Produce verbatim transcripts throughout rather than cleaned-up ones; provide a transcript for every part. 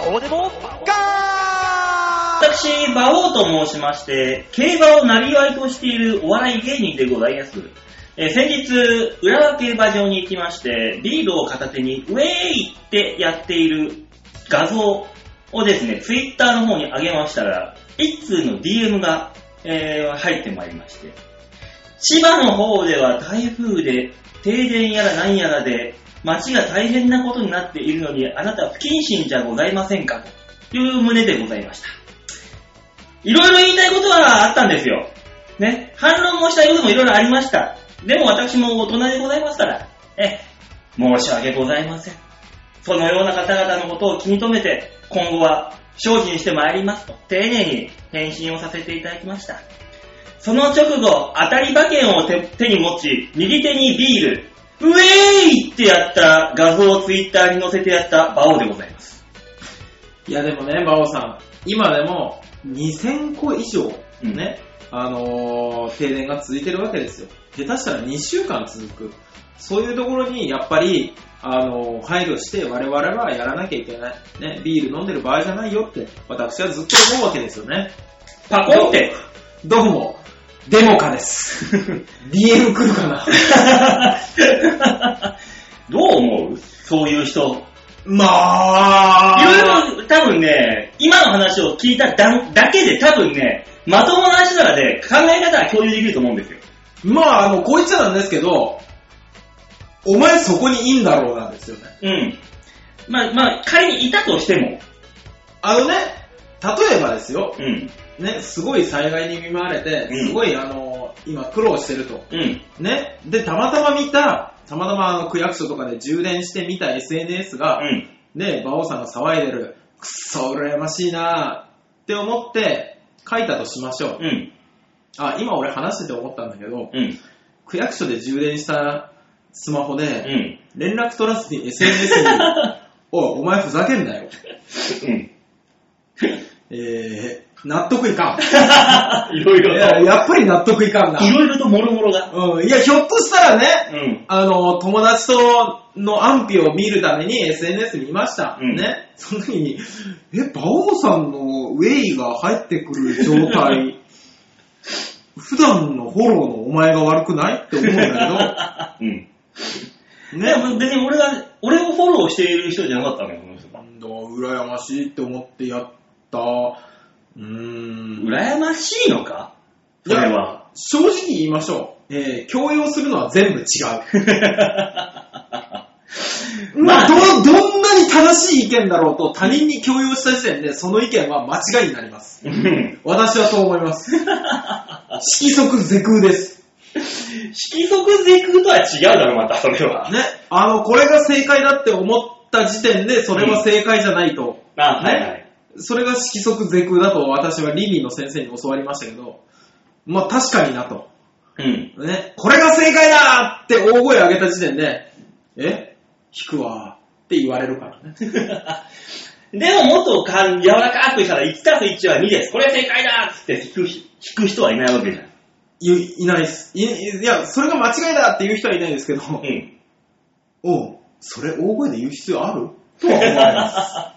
こうでもガー。 私、馬王と申しまして、競馬をなりわいとしているお笑い芸人でございます。えー、先日、浦和競馬場に行きまして、ビールを片手にウェーイってやっている画像をですね、ツイッターの方に上げましたら、一通の ディーエム が、えー、入ってまいりまして、千葉の方では台風で停電やら何やらで街が大変なことになっているのに、あなたは不謹慎じゃございませんかという旨でございました。いろいろ言いたいことはあったんですよ。ね。反論もしたいこともいろいろありました。でも私も大人でございますから、え、申し訳ございません。そのような方々のことを気に留めて、今後は精進してまいりますと、丁寧に返信をさせていただきました。その直後、当たり馬券を 手, 手に持ち、右手にビール、ウェーイってやった画像をツイッターに載せてやった馬王でございます。 いやでもね、馬王さん、今でもにせんこ以上ね、うん、あのー、停電が続いてるわけですよ。下手したらにしゅうかん続く。そういうところにやっぱり、あのー、配慮して我々はやらなきゃいけない。ね、ビール飲んでる場合じゃないよって、私はずっと思うわけですよね。 パコンって。 どうも、デモカです。ディーエム 来るかなどう思う？そういう人。 まあ、 いろいろ多分ね、今の話を聞いた だ, だけで多分ね、まともな話ならで考え方は共有できると思うんですよ。 まあ、あの、こう言っちゃなんですけど、お前そこにいいんだろうなんですよね。 うん。まあ、まあ、仮にいたとしても。 あのね、例えばですよ。 うん。 ね、すごい災害に見舞われて、すごい、うん、あの、今苦労してると。 うん。 ね。で、たまたま見た、たまたまあの区役所とかで充電してみた エスエヌエス が、うん、ね、馬王さんが騒いでる、くっそ羨ましいなって思って書いたとしましょう。 うん。 あ、今俺話してて思ったんだけど、 うん、 区役所で充電したスマホで、 うん、 連絡取らずに エスエヌエス に、おい、お前ふざけんなよ。 うん、 えー、納得いかん。 いろいろと。 や, やっぱり納得いかんな。 いろいろともろもろが。 うん。いや、ひょっとしたらね、 うん、 あの、友達との安否を見るために エスエヌエス 見ました。うん、ね。その時に、え、馬王さんのウェイが入ってくる状態、普段のフォローのお前が悪くないって思うんだけど、うん。 ね、別に俺が、俺をフォローしている人じゃなかったのよ、この人が。 羨ましいって思ってやった。うーん。 羨ましいのか？それは。 正直言いましょう。えー、強要するのは全部違う。まあ、ど、どんなに正しい意見だろうと他人に強要した時点でその意見は間違いになります。私はそう思います。色即是空です。 色即是空とは違うだろ、また、それは。 ね。あの、これが正解だって思った時点で、それは正解じゃないと。 うん、あ、ね、はいはい。 それが色即是空だと私はリミの先生に教わりましたけど、まあ確かになと。 うん。 ね。これが正解だって大声上げた時点で、え引くわって言われるからね。 でももっとか柔らかくしたらいちたすいちはにです。これ正解だって引く、引く人はいないわけじゃん。 い, いないです。い, いや、それが間違いだって言う人はいないですけど、うん。おう、それ大声で言う必要あるとは思われます。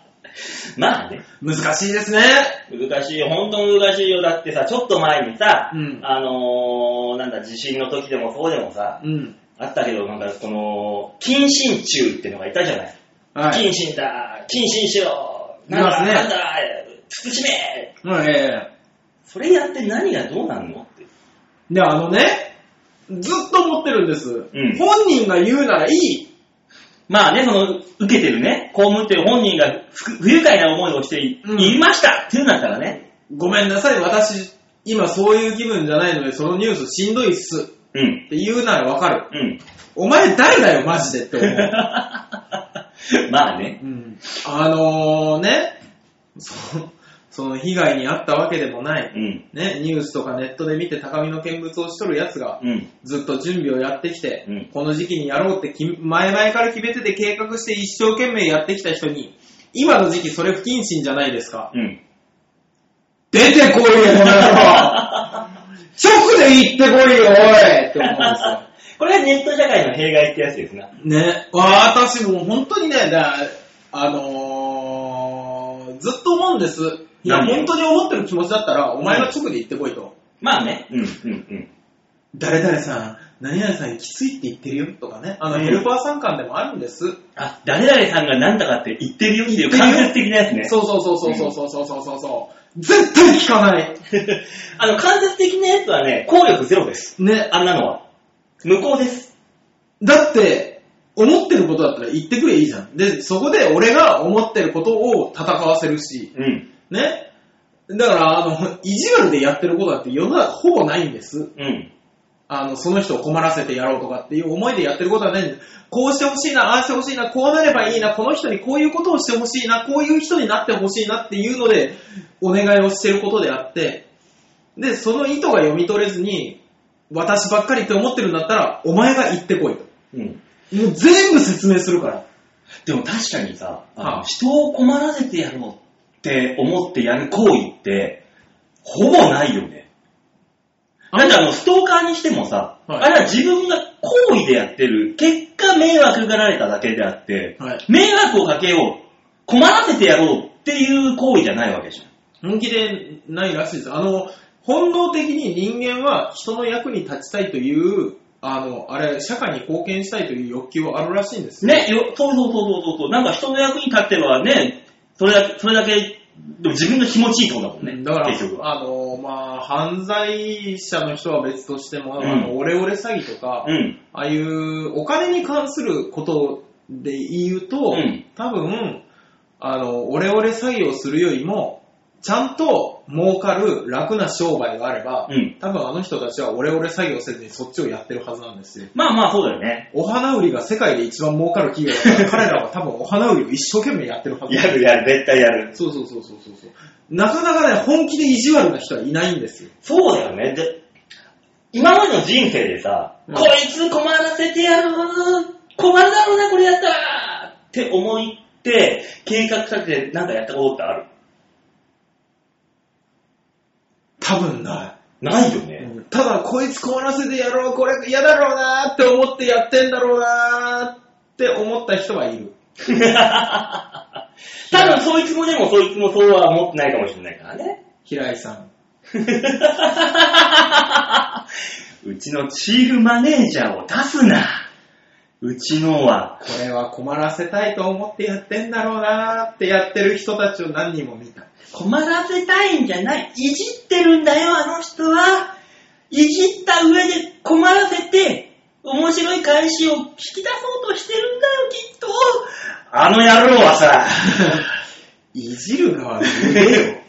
まあね。 難しいですね。 難しいよ。ほんと難しいよ。だってさ、ちょっと前にさ、 うん、 あのー、なんだ、地震の時でもそうでもさ、 うん、 あったけど、なんかこの、謹慎中ってのがいたじゃない。はい、謹慎だ、謹慎しろ、なんだ、ね、なんだ、慎め、 うんえー、 それやって何がどうなんのって。 で、あのね、ずっと思ってるんです。 うん、 本人が言うならいい。 まあね、その、受けてるね、被ってる本人が不愉快な思いをしてい、うん、言いましたって言うんだったらね。 ごめんなさい、私、今そういう気分じゃないので、そのニュースしんどいっす。 うん。 って言うならわかる。 うん。 お前誰だよ、マジでって思う。 まあね。 うん。あのー、ね、そその被害に遭ったわけでもない、 うん、 ね、ニュースとかネットで見て高みの見物をしとるやつが、 うん、 ずっと準備をやってきて、 うん、 この時期にやろうって前々から決めてて計画して一生懸命やってきた人に、今の時期それ不謹慎じゃないですか。 うん、 出てこいよ、この野郎直で言ってこいよ、おいって思うんですよ。 これはネット社会の弊害ってやつですな。 ね、私もう本当にね、だあのー、 の、ずっと思うんです。いや、本当に思ってる気持ちだったら、お前が直で言ってこいと。うん、 まあね。うん、うん、うん。 誰々さん、何々さんきついって言ってるよとかね。あの、うん、ヘルパー参観でもあるんです。 あ、誰々さんがなんだかって言ってるよっていう間接的なやつね。 そうそうそうそうそうそうそうそうそう。うん、絶対聞かない。 あの、間接的なやつはね、効力ゼロです。ね。あんなのは。無効です。 だって、思ってることだったら言ってくれいいじゃん。で、そこで俺が思ってることを戦わせるし。うん。ね。だから、あの、意地悪でやってることだって世の中ほぼないんです。うん。あの、その人を困らせてやろうとかっていう思いでやってることはないんです。こうしてほしいな、ああしてほしいな、こうなればいいな、この人にこういうことをしてほしいな、こういう人になってほしいなっていうので、お願いをしてることであって、で、その意図が読み取れずに、私ばっかりって思ってるんだったら、お前が言ってこいと。うん。もう全部説明するから。 でも確かにさ、あの、はあ、人を困らせてやろうって思ってやる行為って、ほぼないよね。だってあの、ストーカーにしてもさ、はい、あれは自分が行為でやってる、結果迷惑がられただけであって、はい、迷惑をかけよう、困らせてやろうっていう行為じゃないわけじゃん。本気でないらしいです。あの、本能的に人間は人の役に立ちたいという、あの、あれ、社会に貢献したいという欲求はあるらしいんですよ。ね、よそうそうそうそうそう。なんか人の役に立ってはね、それだけ、それだけ、でも自分の気持ちいいってことだもんね。 だから、結局あの、まあ、犯罪者の人は別としても、うん、あの、オレオレ詐欺とか、うん、ああいうお金に関することで言うと、うん、多分、あの、オレオレ詐欺をするよりも、ちゃんと儲かる楽な商売があれば、うん、多分あの人たちはオレオレ詐欺をせずにそっちをやってるはずなんですよ。 まあまあそうだよね。 お花売りが世界で一番儲かる企業だから、彼らは多分お花売りを一生懸命やってるはずやるやる、絶対やる。 そうそうそうそうそう。なかなかね、本気で意地悪な人はいないんですよ。 そうだよね。で、今までの人生でさ、うん、こいつ困らせてやる、困るだろうな、これやったらって思いって、計画立ててなんかやったことってある？ 多分ない。 ないよね。 うん、ただ、こいつ困らせてやろう、これ嫌だろうなーって思ってやってんだろうなーって思った人はいる。 多分、そいつもでもそいつもそうは思ってないかもしれないからね。 平井さん。 うちのチーフマネージャーを出すな。うちのは。 これは困らせたいと思ってやってんだろうなーってやってる人たちを何人も見た。 困らせたいんじゃない。いじってるんだよ、あの人は。いじった上で困らせて、面白い返しを引き出そうとしてるんだよ、きっと。あの野郎はさ、 いじる側で言えよ。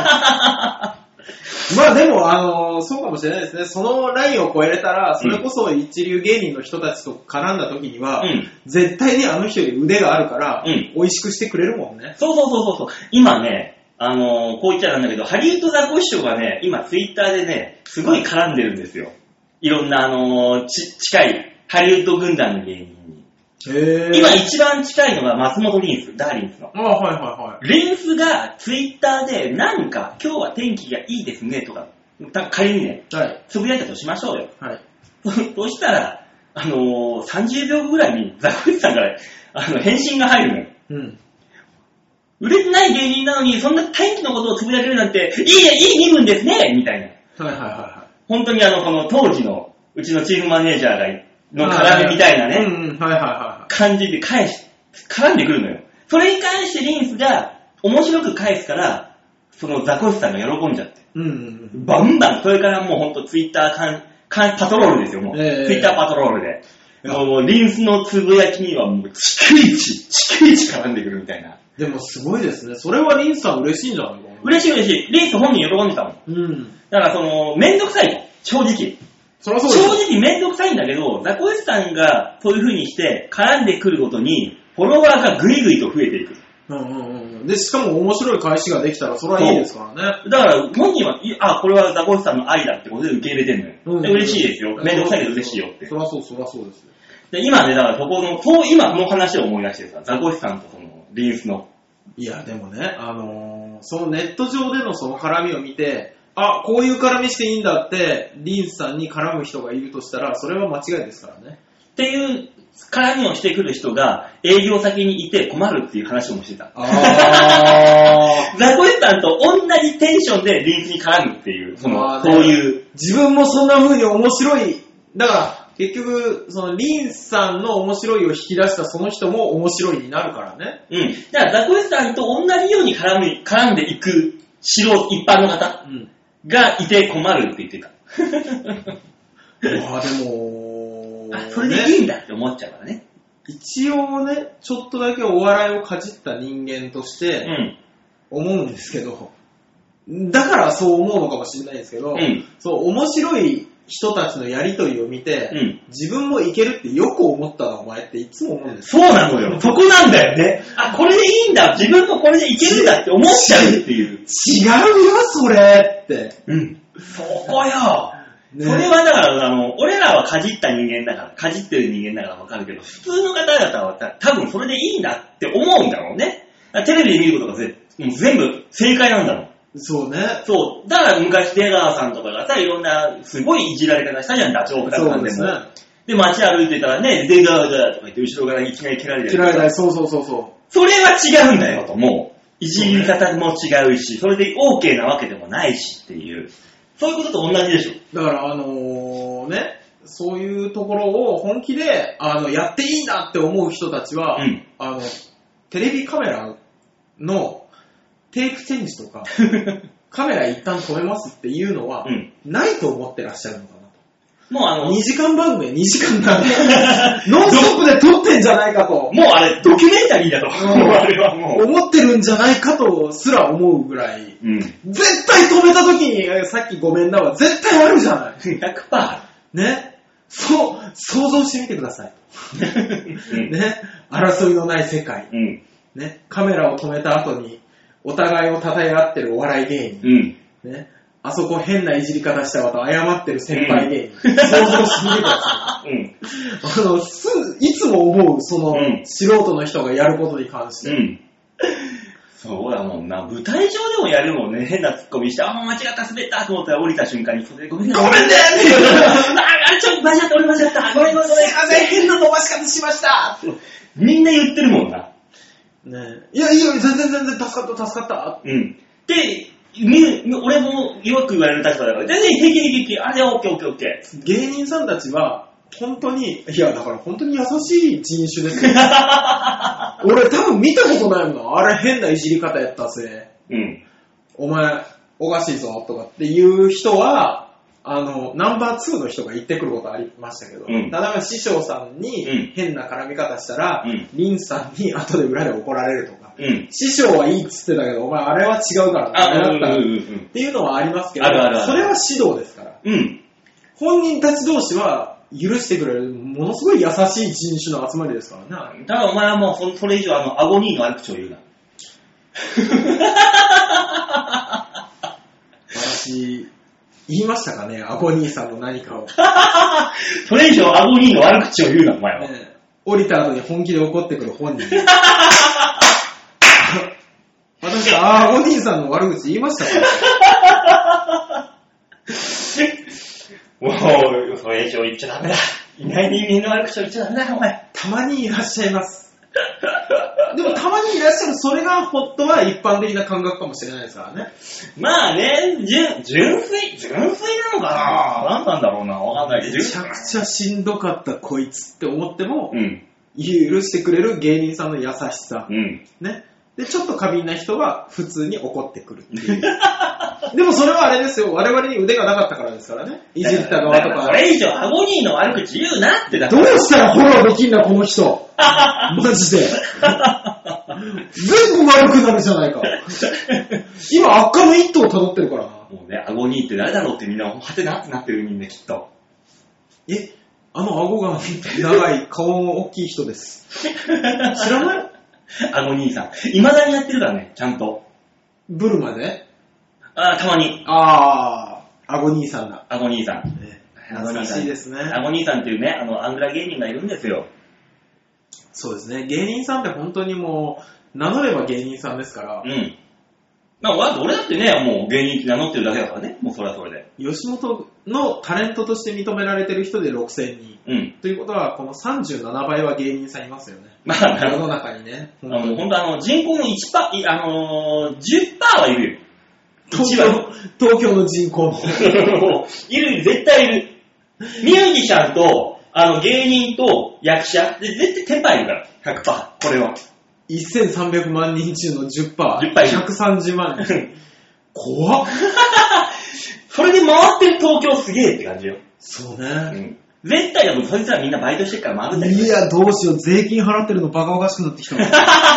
まあでも、あのー、そうかもしれないですね。そのラインを超えれたら、それこそ一流芸人の人たちと絡んだ時には、うん、絶対にあの人より腕があるから、うん、美味しくしてくれるもんね。 そうそうそうそう。今ね、あのー、こう言っちゃなんだけど、ハリウッドザコシショウがね、今ツイッターでね、すごい絡んでるんですよ。いろんな、あのー、ち、近い、ハリウッド軍団の芸人に。へー。今一番近いのが松本リンス、ダーリンスの。 ああ、はいはいはい。 リンスがツイッターで、なんか、今日は天気がいいですね、とか、仮にね、はい、つぶやいたとしましょうよ。はい。そしたら、あのー、さんじゅうびょうごぐらいにザコシさんから、あの、返信が入るのよ。うん。売れてない芸人なのに、そんな天気のことをつぶやけるなんて、いいね、いい身分ですねみたいな。はいはいはいはい。本当にあの、この当時の、うちのチーフマネージャーが、の絡みみたいなね、うんうん、はいはいはい。感じで返し、絡んでくるのよ。それに関してリンスが、面白く返すから、そのザコシさんが喜んじゃって。うんうんうん、バンバン、それからもうほんとツイッターかん、かん、パトロールですよ、もう。えー、ツイッターパトロールで。もう、リンスのつぶやきにはもう、逐一、逐一絡んでくるみたいな。 でもすごいですね。それはリンスさん嬉しいんじゃないかな。 嬉しい嬉しい。リンス本人喜んでたもん。うん。だからその、めんどくさいと。正直。 そりゃそうです。 正直めんどくさいんだけど、ザコシさんがそういう風にして絡んでくるごとに、フォロワーがぐいぐいと増えていく。うんうんうん。 で、しかも面白い返しができたらそれはいいですからね。 だから本人は、あ、これはザコシさんの愛だってことで受け入れてんのよ。うんうん、で嬉しいですよ。めんどくさいけど嬉しいよって。 そりゃそう、そりゃそうですよ。 で今ね、だからそこの、そう今の話を思い出してさ、ザコシさんとその、リンスの。 いや、でもね、あのー、そのネット上でのその絡みを見て、あ、こういう絡みしていいんだって、リンスさんに絡む人がいるとしたら、それは間違いですからね。 っていう絡みをしてくる人が営業先にいて困るっていう話をもしてた。 あザコシさんと同じテンションでリンクに絡むっていう、その、そういう。 自分もそんな風に面白い、だから結局、そのリンさんの面白いを引き出したその人も面白いになるからね。 うん。だからザコシさんと同じように絡む、絡んでいく素人、一般の方がいて困るって言ってた。 まあでも、 あ、それでいいんだって思っちゃうからね。 一応ね、ちょっとだけお笑いをかじった人間として思うんですけど、うん、だからそう思うのかもしれないですけど、うん、そう面白い人たちのやりとりを見て、うん、自分もいけるってよく思ったなお前っていつも思うんですよ。そうなのよ。そこなんだよね。あ、これでいいんだ。自分もこれでいけるんだって思っちゃうっていう。違うよ、 それって。 うん。そこよ。ね、それはだから、あの、俺らはかじった人間だから、かじってる人間だからわかるけど、普通の方々は多分それでいいんだって思うんだろうね。テレビで見ることがぜもう全部正解なんだろう。 そうね。 そう。だから昔出川さんとかがさ、いろんなすごいいじられ方したじゃん、ダチョウ二さんでも。そうですね。で、街歩いてたらね、出川だとか言って後ろからいきなり蹴られてる。 蹴られない、そうそうそうそう。 それは違うんだよと、もう。いじり方も違うし、それで OK なわけでもないしっていう。そういうことと同じでしょ。 だからあのー、ね、そういうところを本気であのやっていいんだって思う人たちは、うん、あのテレビカメラのテイクチェンジとかカメラ一旦止めますっていうのは、うん、ないと思ってらっしゃるのかなと。もうあのにじかん番組にじかんだノンストップで撮ってんじゃないかと。 もうあれドキュメンタリーだと。あれはもう思ってるんじゃないかとすら思うぐらい、うん、絶対止めた時にさっきごめんなは絶対あるじゃない。 ひゃくパーセントね。そう想像してみてください、うん、ね。争いのない世界、うん、ね。カメラを止めた後にお互いを称え合ってるお笑い芸人、うん、ね。あそこ変ないじり方したわと謝ってる先輩芸人、うん、想像してみてください、うん、あのすいつも思うその、うん、素人の人がやることに関して、うん、 そうだもんな。舞台上でもやるもんね。変なツッコミして、あ、もう間違った、滑ったと思ったら降りた瞬間に、それごめんね。ごめんねあ、ちょっと間違った、俺間違った。ごめんごめん、すいません、変な伸ばし方しました。みんな言ってるもんな。 ねえ。いや、いいよ、全然全然助かった、助かった。 うん。で、俺もよく言われる立場だから、全然平気平気、あれオッケーオッケーオッケー。芸人さんたちは、本当に、いや、だから本当に優しい人種ですよ。俺多分見たことないもん。あれ変ないじり方やったぜ。うん。お前、おかしいぞ、とかっていう人は、あの、ナンバーツーの人が言ってくることありましたけど、うん、例えば師匠さんに変な絡み方したら、うん、リンさんに後で裏で怒られるとか、うん、師匠はいいっつってたけど、お前あれは違うからダメだったっていうのはありますけど、 あるあるある、 それは指導ですから、うん、本人たち同士は許してくれる、ものすごい優しい人種の集まりですからね。 だからお前はもう そ, それ以上あの、アゴニーの悪口を言うな。 私、言いましたかね、アゴニーさんの何かを。 それ以上アゴニーの悪口を言うな、お前は。 ね、降りた後に本気で怒ってくる本人。私はアゴニーさんの悪口言いましたかもう、それ以上言っちゃダメだ。いない人間の悪口を言っちゃダメだ、お前。 たまにいらっしゃいます。でもたまにいらっしゃる、それがホットは一般的な感覚かもしれないですからね。 まあね、純、純粋、純粋なのかな、何なんだろうな、わかんないけど。 めちゃくちゃしんどかったこいつって思っても、うん、許してくれる芸人さんの優しさ、うん、ね。で、ちょっと過敏な人は普通に怒ってくるっていう。でもそれはあれですよ、我々に腕がなかったからですからね。いじった側とか。 それ以上アゴニーの悪口言うなってだから。どうしたらフォローできんだこの人。マジで。全部悪くなるじゃないか。今悪化の一途を辿ってるからな。 もうね、アゴニーって誰だろうってみんな、はてなってなってるみんなきっと。 え、あの顎が長い顔の大きい人です。知らない？ アゴニーさん。未だにやってるからね、ちゃんと。 ブルマで？ ああ、たまに。 ああ、アゴニーさんだ。 アゴニーさん。 ね、懐かしいですね。 アゴニーさんっていうね、あの、アングラ芸人がいるんですよ。 そうですね。芸人さんって本当にもう、名乗れば芸人さんですから、うん。 まあ、俺だってね、もう芸人って名乗ってるだけだからね。もうそれはそれで。 吉本のタレントとして認められてる人でろくせんにん。 うん。 ということは、このさんじゅうななばいは芸人さんいますよね。 まあ、 世の中にね。 あの、ほんとあの、人口のいちパーセント、あのー、じゅっパーセントはいるよ。 東京、東京の人口の。 いる、絶対いる。ミュージシャンと、あの、芸人と役者、で絶対テンパーいるから。ひゃくパーセント。これは。 せんさんびゃくまん人中の じゅっパーセント。 じゅっパーセント。 ひゃくさんじゅうまん人。怖っ。 それで回ってる東京すげえって感じよ。 そうね。 うん。絶対だもん、そいつらみんなバイトしてるから回るんだよ。 いや、どうしよう。税金払ってるのバカおかしくなってきた。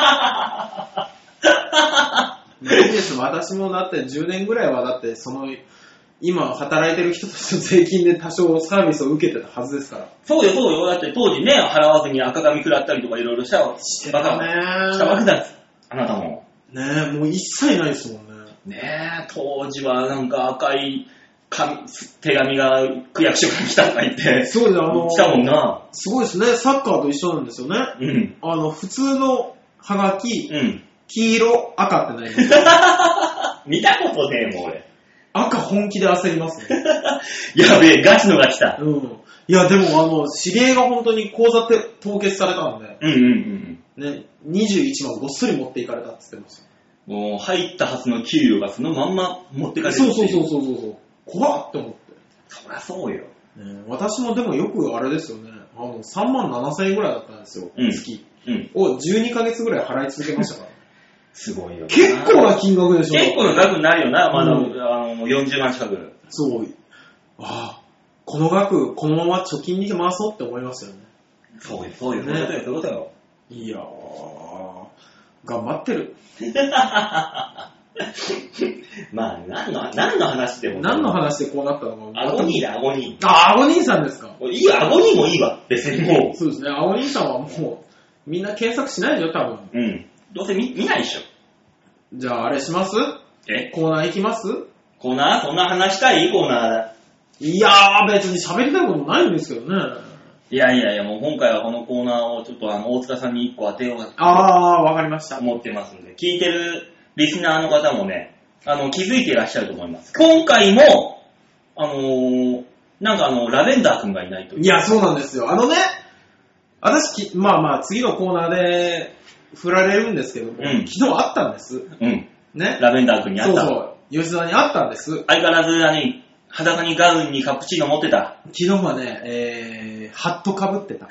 いいです。私もだってじゅうねんぐらいはだって、その、今働いてる人たちの税金で多少サービスを受けてたはずですから。 そうよ、そうよ。だって当時ね、払わずに赤紙食らったりとかいろいろしたわ。 してたね。 したわけだ。あなたも。 ねえ、もう一切ないですもんね。 ねえ、当時はなんか赤い紙手紙が区役所から来たとか言って。 そうです、あの、 来たもんな。 すごいですね。サッカーと一緒なんですよね。 うん。 あの、普通のハガキ、 うん。 黄色、赤ってないんですよ。 見たことねえもん、俺。 赤本気で焦りますね。 やべえ、ガチのが来た。 うん。いや、でもあの、指令が本当に口座って凍結されたんで、 うんうんうん。ね、にじゅういちまんごっそり持っていかれたって言ってました。 もう入ったはずの給料がそのまんま持ってかれる。 そうそうそうそうそう。怖っって思って。 そりゃそうよ。 ね、私もでもよくあれですよね。あの、さんまんななせんえんぐらいだったんですよ。 うん、 月。 うん。 をじゅうにかげつぐらい払い続けましたから。 すごいよな。 結構な金額でしょ。 結構な額になるよな、まだ、 うん、 あのよんじゅうまん近く。 そう。ああ、この額、このまま貯金に回そうって思いますよね。 そうよ、そうよ、ね、そういうことよ、そういうことよ。 いやー、頑張ってる。 まあ、何の、何の話でも。 何の話でこうなったのか。 アゴニーだ、アゴニー。あ、アゴ兄さんですか。 いいよ、アゴニーもいいわ、別にもう。 そうですね、アゴ兄さんはもう、みんな検索しないでしょ、多分。 うん。どうせ 見, 見ないでしょ。 じゃあ、あれします？ えコーナー行きます？ コーナーそんな話したいコーナー。いやー、別に喋りたいことないんですけどね。 いやいやいや、もう今回はこのコーナーをちょっとあの、大塚さんに一個当てようかと。 あー、わかりました。 思ってますんで、聞いてるリスナーの方もね、あの、気づいていらっしゃると思います。今回も、あのー、なんかあの、ラベンダーくんがいないという。 いや、そうなんですよ。あのね、私、まあまあ、次のコーナーで振られるんですけども、うん、昨日会ったんです。 うん。 ね。 ラベンダーくんに会った。 そうそう。吉沢に会ったんです。 相変わらず何、裸にガウンにカプチーノ持ってた。 昨日はね、えー、ハットかぶってた。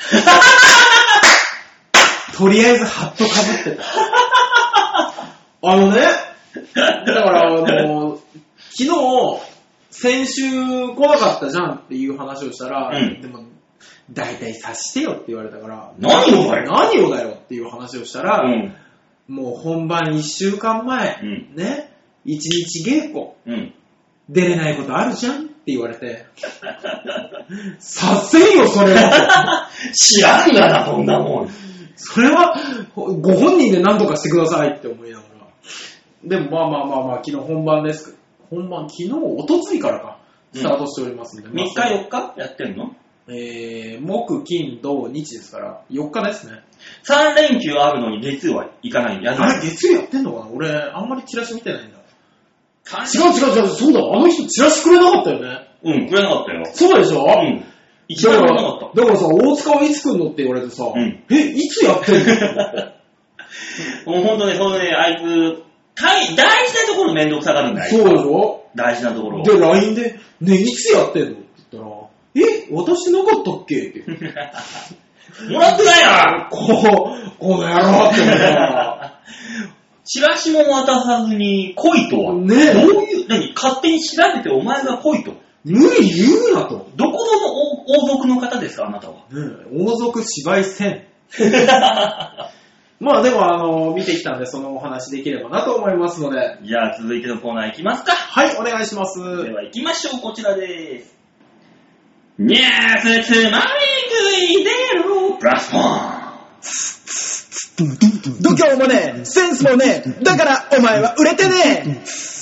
とりあえずハットかぶってた。あのね、だからあの、昨日、先週来なかったじゃんっていう話をしたら、うん、でも、大体察してよって言われたから、 何をだよ何をだよっていう話をしたら、 うん、 もう本番いっしゅうかんまえ、うん、ね、いちにち稽古、 うん、出れないことあるじゃんって言われて、させんよ、それは。 知らんがな、そんなもん。 それは、ご本人で何とかしてくださいって思いながら。でもまあまあまあまあ、昨日本番です。本番、昨日、おとついからか、スタートしておりますんで。 うん、みっかよっかやってんの？ えー、木、金、土、日ですから、よっかですね。 さん連休あるのに月曜は行かないんやあれ、月曜やってんのかな？俺、あんまりチラシ見てないんだ。違う違う違う、そうだ、あの人チラシくれなかったよね。 うん、くれなかったよ。 そうでしょ？ うん。一番くれなかった。 だからさ、大塚はいつ来んのって言われてさ、うん、え、いつやってんの？ もうほんとね、そのね、あいつ、大事なところめんどくさがるんだよ。 そうでしょ？ 大事なところ。 で、ライン で、ね、いつやってんのって言ったら、え、渡してなかったっけって。 もらってないなこう、この野郎って思ったら。 チラシも渡さずに来いとは。 ねえ。 どういう、何勝手に調べてお前が来いと。 無理言うなと。 どこの王族の方ですか、あなたは。ねえ、王族芝居戦。まあでもあの、見てきたんでそのお話できればなと思いますので。 じゃあ続いてのコーナーいきますか。 はい、お願いします。 では行きましょう、こちらです。ニャースつまみ食いゼロプラスワン。 度胸もねえ、センスもねえ、だからお前は売れてねえ。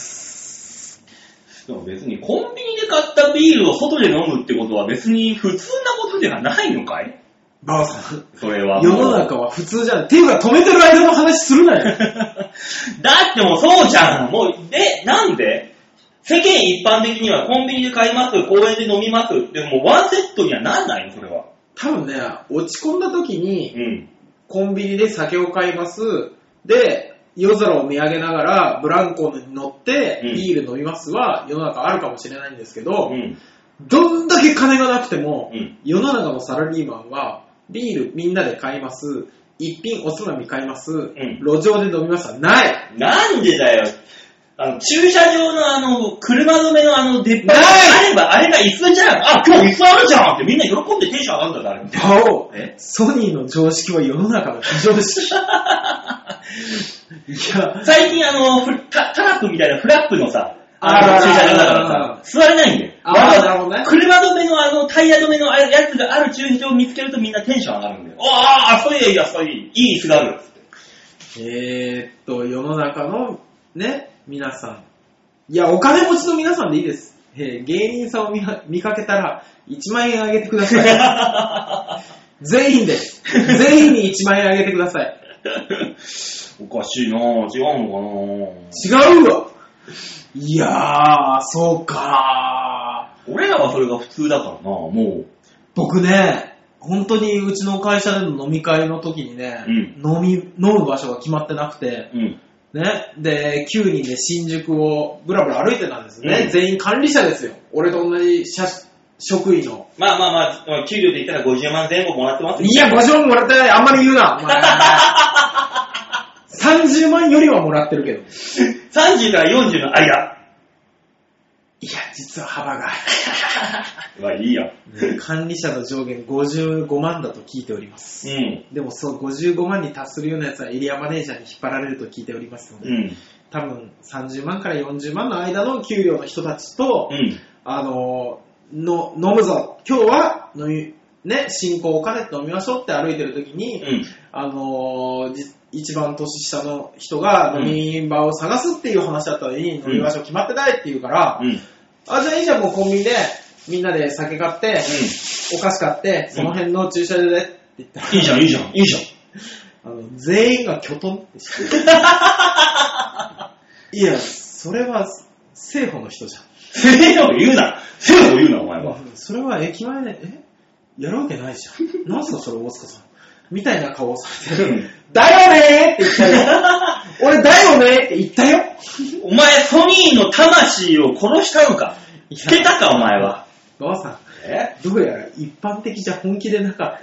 でも別にコンビニで買ったビールを外で飲むってことは別に普通なことではないのかい？ バオさん。 それは。 世の中は普通じゃない。っていうか止めてる間の話するなよ。 だってもうそうじゃん。もう、で、なんで世間一般的にはコンビニで買います、公園で飲みます。でもワンセットにはなんないのそれは。 多分ね、落ち込んだ時に、 うん。 コンビニで酒を買います。で、夜空を見上げながらブランコに乗ってビール飲みますは世の中あるかもしれないんですけど、うん、どんだけ金がなくても、うん、世の中のサラリーマンはビールみんなで買います。一品おつまみ買います。うん、路上で飲みますはない。 なんでだよ。あの、駐車場のあの、車止めのあの、出っ張りがあれば、あれが椅子じゃん。あ、今日椅子あるじゃんってみんな喜んでテンション上がるんだ、誰も。バオ、えソニーの常識は世の中の非常識。 いや、最近あの、タラップみたいなフラップのさ、あの駐車場だからさ、座れないんだよ。 ああ、なるほどね。 車止めのあの、タイヤ止めのやつがある駐車場を見つけるとみんなテンション上がるんだよ。ああ、あそこいい、あそこいい。いい椅子がある。 えーっと、世の中の、ね、皆さん。いや、お金持ちの皆さんでいいです。えー、芸人さんを 見, 見かけたら、いちまん円あげてください。全員です。全員にいちまん円あげてください。 おかしいなぁ。違うのかな。違うわ。いやー、そうかー。俺らはそれが普通だからな、もう。 僕ね、本当にうちの会社での飲み会の時にね、うん、飲み、飲む場所が決まってなくて、うんね、で、きゅうにんで新宿をブラブラ歩いてたんですね。うん、全員管理者ですよ。俺と同じ社職員の。 まあまあまあ、給料で言ったらごじゅうまん前後もらってますよ。 いや、ごじゅうまんもらってない。あんまり言うな。お前さんじゅうまんよりはもらってるけど。 さんじゅうからよんじゅうの間。 いや、実は幅が。 まあいいや。 管理者の上限ごじゅうごまんだと聞いております。うん。でもそうごじゅうごまんに達するようなやつはエリアマネージャーに引っ張られると聞いておりますので、うん、多分さんじゅうまんからよんじゅうまんの間の給料の人たちと、うん、あのの飲むぞ。今日は飲みね進行を兼ねて飲みましょうって歩いてる時に、うん、あの一番年下の人が飲み場を探すっていう話だったのに、うん、飲み場所決まってないって言うから、うん、あじゃあいいじゃんもうコンビニでみんなで酒買って、うん、お菓子買って、その辺の駐車場でって言ったら、 いいじゃん、いいじゃん、いいじゃん。 あの、全員がキョトンってしてる。いや、それは、政府の人じゃん。 政府言うな政府言うな、お前は。 それは駅前で、えやるわけないじゃん。なんすか、それ、大塚さん。みたいな顔をされて、だよねーって言ったよ。俺、だよねーって言ったよ。 お前、ソニーの魂を殺したのか捨てたか、お前は。 ばあさん、えどうやら一般的じゃ本気でなかった。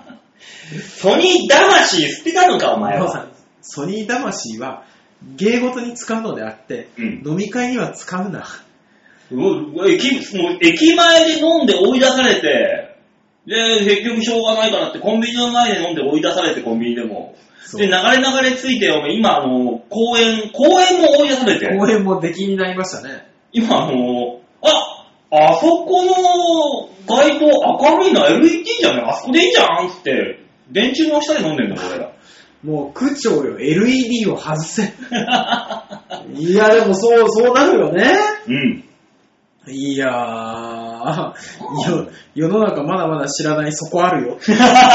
ソニー魂捨てたのか、お前は。 ばあさん、ソニー魂は芸事に使うのであって、うん、飲み会には使うな。 駅、もう駅前で飲んで追い出されて、で、結局しょうがないからってコンビニの前で飲んで追い出されてコンビニでも。で、流れ流れついて、今あの、公園、公園も追い出されて。 公園も出禁になりましたね。 今あの、あ、あそこの街灯明るいの エルイーディー じゃねあそこでいいじゃんって、電柱の下で飲んでんだ、俺ら。 もう、区長よ、エルイーディー を外せ。いや、でもそう、そうなるよね。うん。いやー、世の中まだまだ知らないそこあるよ。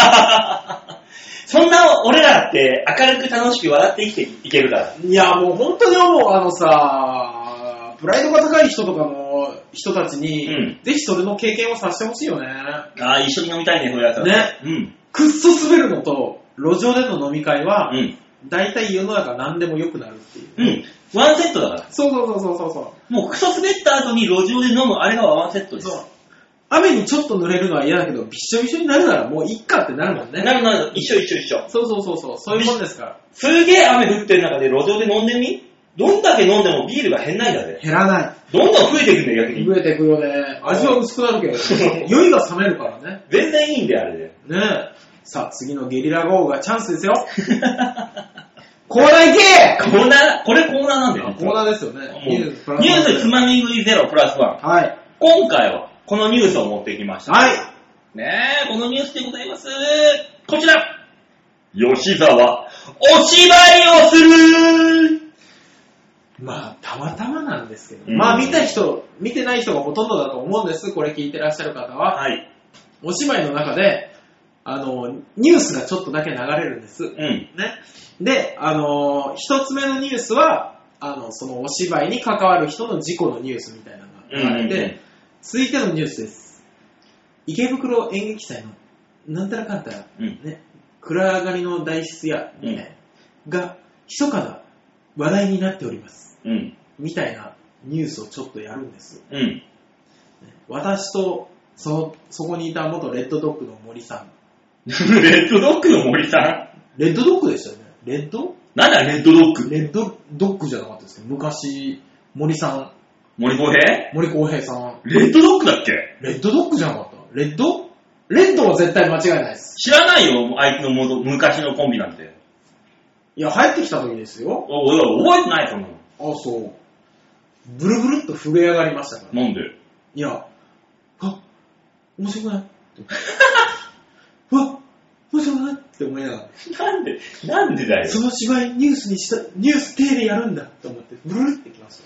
そんな俺らって明るく楽しく笑って生きていけるから。 いや、もう本当に思う、あのさ、プライドが高い人とかの人たちに、うん、ぜひそれの経験をさせてほしいよね。 ああ、一緒に飲みたいね、そういうやつは。 ね。うん。くっそ滑るのと、路上での飲み会は、うん、大体世の中何でも良くなるっていう。 うん。ワンセットだから。 そうそうそうそうそう。 もうクソ滑った後に路上で飲むあれがワンセットです。そう。 雨にちょっと濡れるのは嫌だけど、びっしょびしょになるならもういっかってなるもんね。 なるなる。一緒一緒一緒。 そうそうそうそう。そういうもんですから。 すげえ雨降ってる中で路上で飲んでみ？どんだけ飲んでもビールが減んないんだぜ。 減らない。 どんどん増えていくんだよ、逆に。 増えていくよね。味は薄くなるけど、酔いが冷めるからね。 全然いいんだよ、あれで。 ねえ。さあ、次のゲリラ豪雨がチャンスですよ。コーナー行けコーナー、これコーナーなんだよ。 コーナーですよね。 ニュース、ニュースつまみ食いゼロプラスワン。はい。今回は、このニュースを持ってきました。はい。ねえ、このニュースでございます。こちら。吉沢、お芝居をするまあ、たまたまなんですけど。うん、まあ、見た人、見てない人がほとんどだと思うんです。これ聞いてらっしゃる方は。はい。お芝居の中で、 あの、ニュースがちょっとだけ流れるんです。 うん。 ね。で、あの、一つ目のニュースは、あの、そのお芝居に関わる人の事故のニュースみたいなのが流れて、うんうんうん、続いてのニュースです。池袋演劇祭の、なんたらかんたら、うん、ね、暗がりの代筆屋、みたいな、うん、が、密かな話題になっております。うん。みたいなニュースをちょっとやるんです。うん。私と、その、そこにいた元レッドドッグの森さん。 レッドドッグの森さんレッドドッグでしたよね。レッドなんだレッドドッグレッドドッグじゃなかったですけど、昔、森さん。 森公平森公平さん。 レッドドッグだっけレッドドッグじゃなかったレッドレッドは絶対間違いないです。 知らないよ、あいつのも昔のコンビなんて。 いや、入ってきた時ですよ。 お、いや、覚えてないそんなの。 あ、そう。ブルブルっと震え上がりましたから。 なんでいや、あ、面白くないわ、面白くないって思いながら。なんで、なんでだよ。 その芝居ニュースにした、ニュース手でやるんだと思って、ブルルってきました。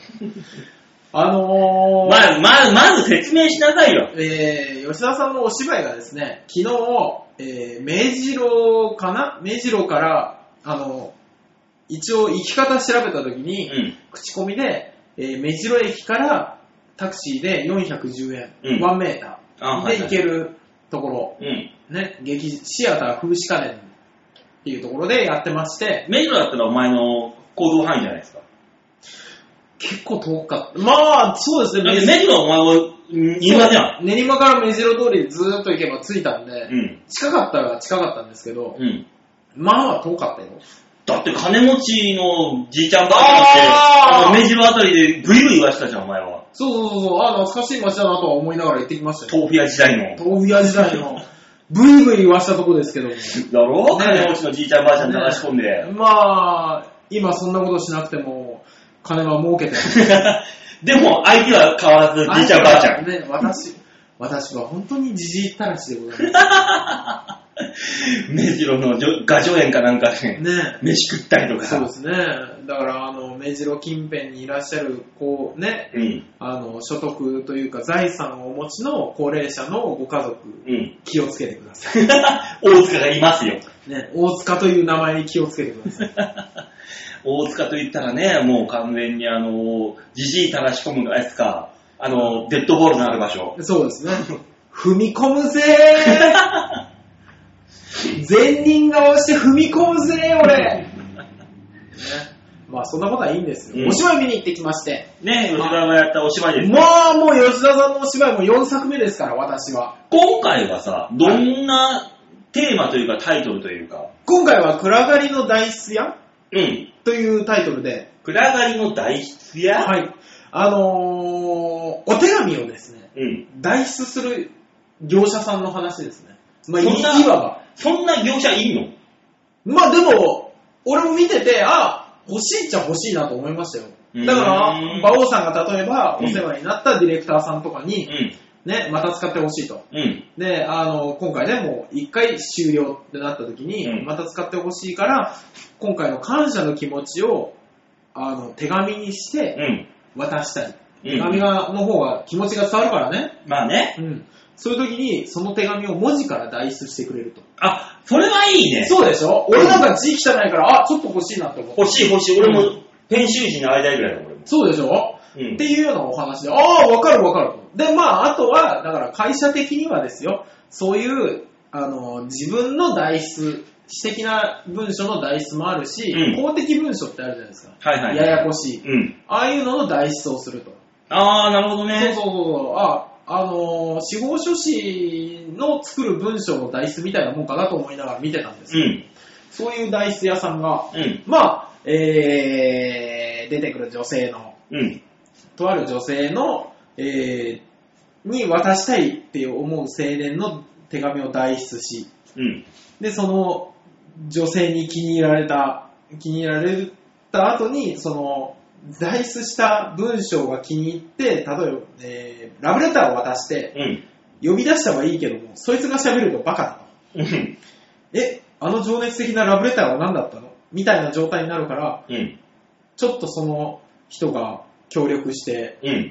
あのー、 まず、まず、まず説明しなさいよ。 えー、吉田さんのお芝居がですね、昨日、えー、明治路かな明治路から、あの、一応行き方調べたときに、うん、口コミで、えー、目白駅からタクシーでよんひゃくじゅうえん、うん、ワンメーターで行けるところ、はいはい、ね、劇シアター風刺家電っていうところでやってまして、 目白だったらお前の行動範囲じゃないですか。 結構遠かった。まあ、そうですね。 目白はお前は練馬じゃん。 練馬から目白通りでずーっと行けば着いたんで、うん、近かったら近かったんですけど、うん、まあ遠かったよ。 だって金持ちのじいちゃんばあちゃんって、あの目白あたりでブイブイ言わしたじゃん、お前は。 そうそうそうそう、あ、懐かしい街だなとは思いながら行ってきましたよ。 豆腐屋時代の。 豆腐屋時代の。ブイブイ言わしたとこですけども。 だろ、ね、金持ちのじいちゃんばあちゃん流し込んで、ね。 まあ、今そんなことしなくても、金は儲けてる。 でも、相手は変わらずじいちゃんばあちゃん。 ね、私、私は本当にじじいったらしでございます。 目白の画助園かなんかで、ね、飯食ったりとか。 そうですね。だから、あの、目白近辺にいらっしゃる、こうね、うん、あの、所得というか財産をお持ちの高齢者のご家族、うん、気をつけてください。 大塚がいますよ。 ね、大塚という名前に気をつけてください。 大塚と言ったらね、もう完全にあの、じじいたらし込むやつか、あの、デッドボールのある場所。 そうですね。踏み込むぜー善人顔して踏み込むぜ俺、ね、まあそんなことはいいんですよ、うん、お芝居見に行ってきましてね、吉田がやったお芝居です、 まあもう吉田さんのお芝居もよんさくめですから私は。 今回はさ、どんなテーマというかタイトルというか、 今回は暗がりの代筆屋、うん、というタイトルで、 暗がりの代筆屋、 はい、あのー、お手紙をですね、うん、代筆する業者さんの話ですね。まあ、いわばそんな業者いんの？ まあでも、俺も見てて、あ、欲しいっちゃ欲しいなと思いましたよ。だから、馬王さんが例えば、お世話になったディレクターさんとかに、うん、ね、また使って欲しいと。うん、で、あの、今回ね、もう一回終了ってなった時に、うん、また使って欲しいから、今回の感謝の気持ちを、あの、手紙にして渡したい。うん、手紙がの方が気持ちが伝わるからね。 まあね。 うん。そういう時に、その手紙を文字から代筆してくれると。 あ、それはいいね。 そうでしょ？俺なんか字汚いから、あ、ちょっと欲しいなって思って。 欲しい欲しい。俺も、編集時に会いたいぐらいだ、俺も。 そうでしょ、うん、っていうようなお話で、ああ、わかるわかると。で、まあ、あとは、だから会社的にはですよ、そういう、あの、自分の代筆、私的な文書の代筆もあるし、うん、公的文書ってあるじゃないですか。 はいはい。 ややこしい。うん。ああいうのの代筆をすると。 ああ、なるほどね。 そうそうそう。ああのー、司法書士の作る文章の代筆みたいなもんかなと思いながら見てたんですけど、うん、そういう代筆屋さんが、うん、まあ、えー、出てくる女性の、うん、とある女性の、えー、に渡したいって思う青年の手紙を代筆し、うん、で、その女性に気に入られた、気に入られた後に、その、代筆した文章が気に入って、例えば、えー、ラブレターを渡して、うん、呼び出したはいいけども、そいつが喋るとバカだと。うん、え、あの情熱的なラブレターは何だったのみたいな状態になるから、うん、ちょっとその人が協力して、うん、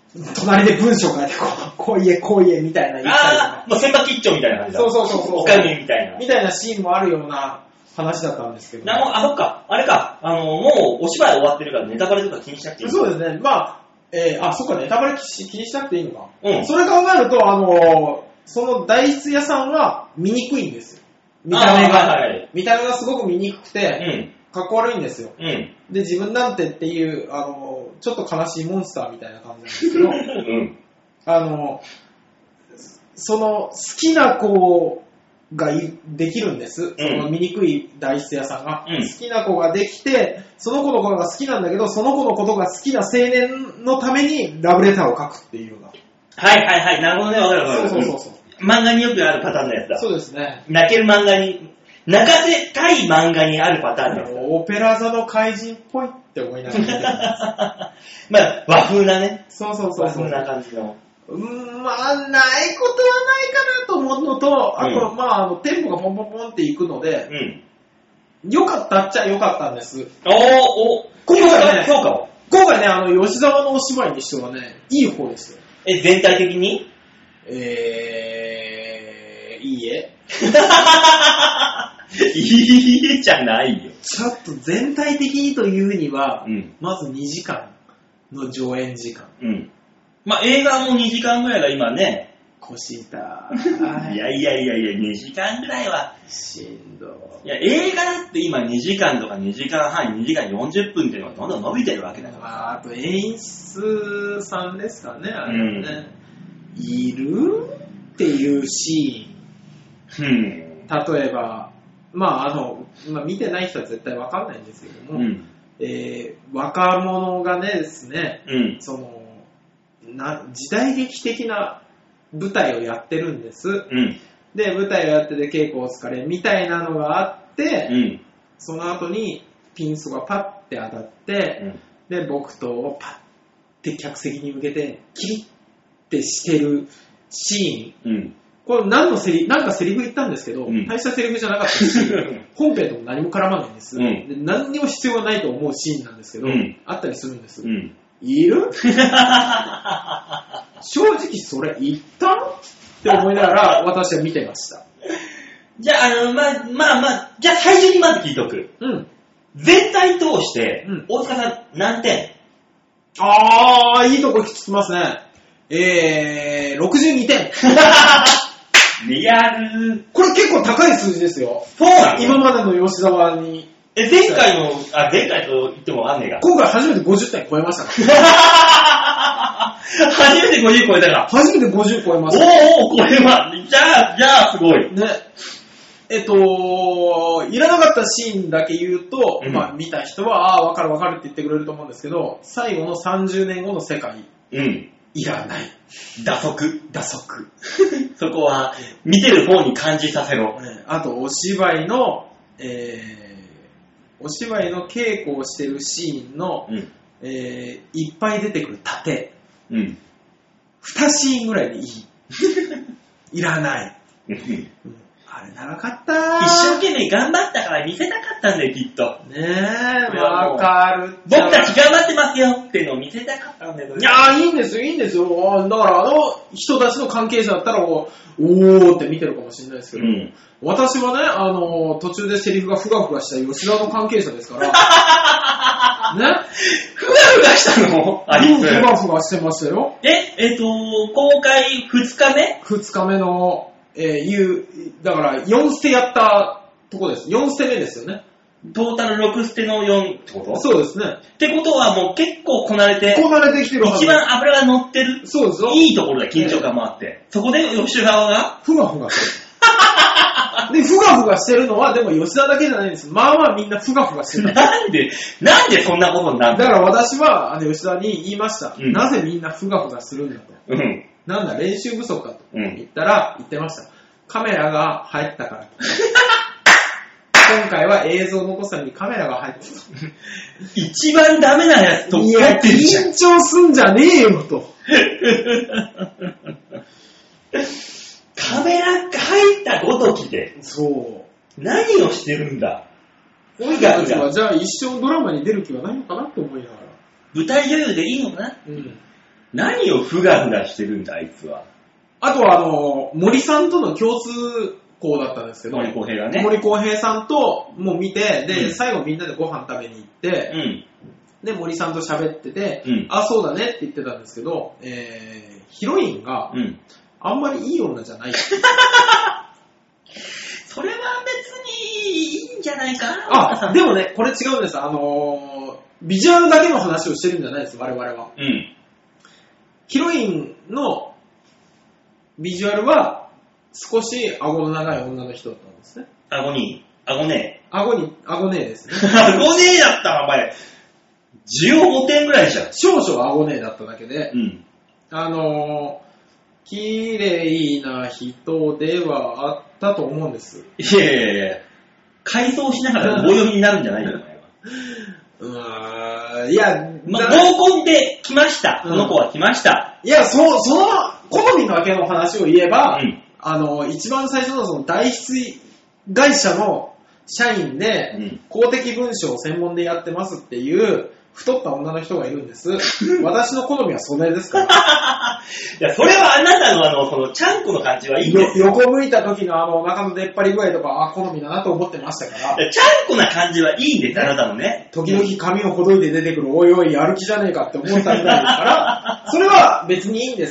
隣で文章書いて、こう、こう言え、こう言え、みたいな言ったりとか。 ああ、もう千葉吉兆みたいな感じだ。 そうそうそうそう。 おかみみたいな。 みたいなシーンもあるような話だったんですけど。 なもあ、そっか。あれか。あの、もうお芝居終わってるからネタバレとか気にしなくていい。 そうですね。まあ、えー、あ、そっか、ネタバレ気にしなくていいのか。 うん。 それ考えると、あのー、その代筆屋さんは見にくいんですよ。見た目が。 はいはい、 見た目がすごく見にくくて、 うん。 かっこ悪いんですよ。 うん。 で、自分なんてっていう、あのー、ちょっと悲しいモンスターみたいな感じなんですけど、 うん。 あのー、その、好きな子ができるんです。その醜い代筆屋さんが、うん。好きな子ができて、その子のことが好きなんだけど、その子のことが好きな青年のためにラブレターを書くっていうような。 はいはいはい、なるほどね、わかるわかる。 そうそうそうそう。 漫画によくあるパターンのやつだ。 そうですね。 泣ける漫画に、泣かせたい漫画にあるパターンのやつだ。 オペラ座の怪人っぽいって思いながら見てます。 まあ、和風なね。 そうそうそうそう。 和風な感じの。 うーん、まあ、ないことはないかなと思うのと、あと、うん、まあ、あの、テンポがポンポンポンっていくので、うん。良かったっちゃ良かったんです。 おー、お今回ね、評価を今回ね、あの、吉沢のお芝居にしてはね、いい方ですよ。 え、全体的にえー、いいえ。 いいえじゃないよ。 ちょっと全体的にというには、 うん、 まずにじかんの上演時間。 うん。まあ、映画もにじかんぐらいが今ね。 腰痛い。いやいやいやいや、にじかんぐらいは。 しんどい。いや、映画だって今にじかんとかにじかんはん、にじかんよんじゅっぷんっていうのがどんどん伸びてるわけだから。 まあ、あと演出さんですかね、あれはね。うん、いるっていうシーン。うん、例えば、まあ、あの、まあ、見てない人は絶対わかんないんですけども、うん、えー、若者がねですね、うん、その、な時代劇的な舞台をやってるんです、うん、で舞台をやってて稽古お疲れみたいなのがあって、うん、その後にピンスがパッて当たって、うん、で木刀をパッて客席に向けてキリッてしてるシーン、うん、これ何のセリなんかセリフ言ったんですけど、うん、大したセリフじゃなかったし本編とも何も絡まないんです、うん、で何にも必要がないと思うシーンなんですけど、うん、あったりするんです、うん、いる正直それ言ったのって思いながら私は見てました。 じゃあ、あの、まあ、まあまあ、じゃあ最初にまず聞いとく。うん。全体通して、うん、大塚さん何点？ あー、いいとこ聞きますね。えー、ろくじゅうにてん。 リアル。 これ結構高い数字ですよ。 そうなの？ 今までの吉沢に。 え、前回の、あ、前回と言ってもわかんねえが。 今回初めてごじゅってん超えましたから。 初めてごじゅう超えたか。 初めてごじゅう超えました。 おー、これは、じゃあ、じゃあ、すごい。 ね。えっと、いらなかったシーンだけ言うと、うん、まあ、見た人は、ああ、わかるわかるって言ってくれると思うんですけど、最後のさんじゅうねんごの世界。うん。いらない。 打足。 打足。 そこは、見てる方に感じさせろ。 ね、あと、お芝居の、えー、お芝居の稽古をしてるシーンの、うんえー、いっぱい出てくる盾。うん。にシーンぐらいでいい。いらない。うん、あれ長かったー。 一生懸命頑張ったから見せたかったんだよ、きっと。 ねえ、わかる。 僕たち頑張ってますよっていうのを見せたかったんだよ。 いやー、いいんですよ、いいんですよ。だからあの人たちの関係者だったら、おーって見てるかもしれないですけど、うん、私はね、あの、途中でセリフがふがふがした吉田の関係者ですから、ね。 ふがふがしたのあいつ。 ふがふがしてましたよ。 え、えっと、公開ふつかめ ? ふつかめの、えー、いう、だからよんステやったとこです。よんステ目ですよね。 トータルろくステのよんってこと？ そうですね。 ってことはもう結構こなれて、 こなれてきてるはず。 一番油が乗ってる。 そうですよ。 いいところだ、緊張感もあって。えー、そこで吉沢がふがふがしてる。で、ふがふがしてるのは、でも吉田だけじゃないんです。まあまあみんなふがふがしてる。 なんで、なんでそんなことになるの？ だから私は、あの吉田に言いました。うん、なぜみんなふがふがするんだと。うん、なんだ、練習不足かと。うん、言ったら、言ってました。カメラが入ったからと。今回は映像の残すためにカメラが入ってた。 一番ダメなやつといや、緊張すんじゃねえよと。 カメラが入ったごときで。 そう。 何をしてるんだ。 おいがはじゃあ一生ドラマに出る気はないのかなって思いながら。 舞台女優でいいのかな。うん。 何をふがふがしてるんだ、あいつは。 あとは、あの、森さんとの共通項だったんですけど、 森公平がね。 森公平さんともう見て、で、 うん、 最後みんなでご飯食べに行って、 うん、 で、森さんと喋ってて、 うん、 あ、そうだねって言ってたんですけど、えー、ヒロインが、うん、あんまりいい女じゃない。 それは別にいいんじゃないかな。あ、でもね、これ違うんです。あのー、ビジュアルだけの話をしてるんじゃないです、我々は。 うん。 ヒロインのビジュアルは少し顎の長い女の人だったんですね。 顎に、顎ねえ。顎に、顎ねえですね。 顎ねえだったらお前、じゅうごてんぐらいじゃん。 少々顎ねえだっただけで、 うん。 あのー、綺麗な人ではあったと思うんです。 いやいやいや、改装しながら棒読みになるんじゃないよ、お前は。 うーん、いや、 まあ、合コンで来ました。この子は来ました。 いや、そう、その、好みのわけの話を言えば、 うん、 あの、一番最初のその代筆会社の社員で、うん、公的文書を専門でやってますっていう、太った女の人がいるんです。私の好みはそれですから。 いや、それはあなたのあの、その、ちゃんこの感じはいいんですよ。 横向いた時のあの、中の出っ張り具合とか、あ、好みだなと思ってましたから。 いや、ちゃんこな感じはいいんです、あなたのね。 時々髪をほどいて出てくる、おいおい、やる気じゃねえかって思ったみたいですから、それは別にいいんです。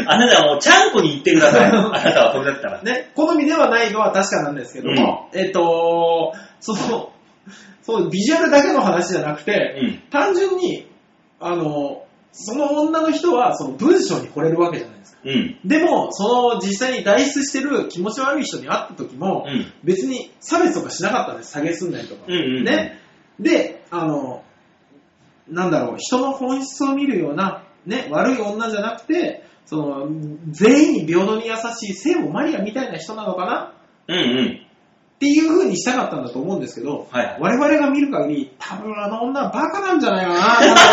あなたはもう、ちゃんこに言ってください。あなたはそれだったら。 ね、好みではないのは確かなんですけども、うん、えっと、その、そう、ビジュアルだけの話じゃなくて、うん、単純に、あの、その女の人はその文章に惚れるわけじゃないですか。うん、でも、その実際に代筆してる気持ち悪い人に会った時も、うん、別に差別とかしなかったんです。下げすんだりとか。うんうんうん、ね。で、あの、なんだろう、人の本質を見るような、ね、悪い女じゃなくて、その、全員に平等に優しい聖母マリアみたいな人なのかな。 うんうん。 っていう風にしたかったんだと思うんですけど、はい、我々が見る限り、多分あの女はバカなんじゃないか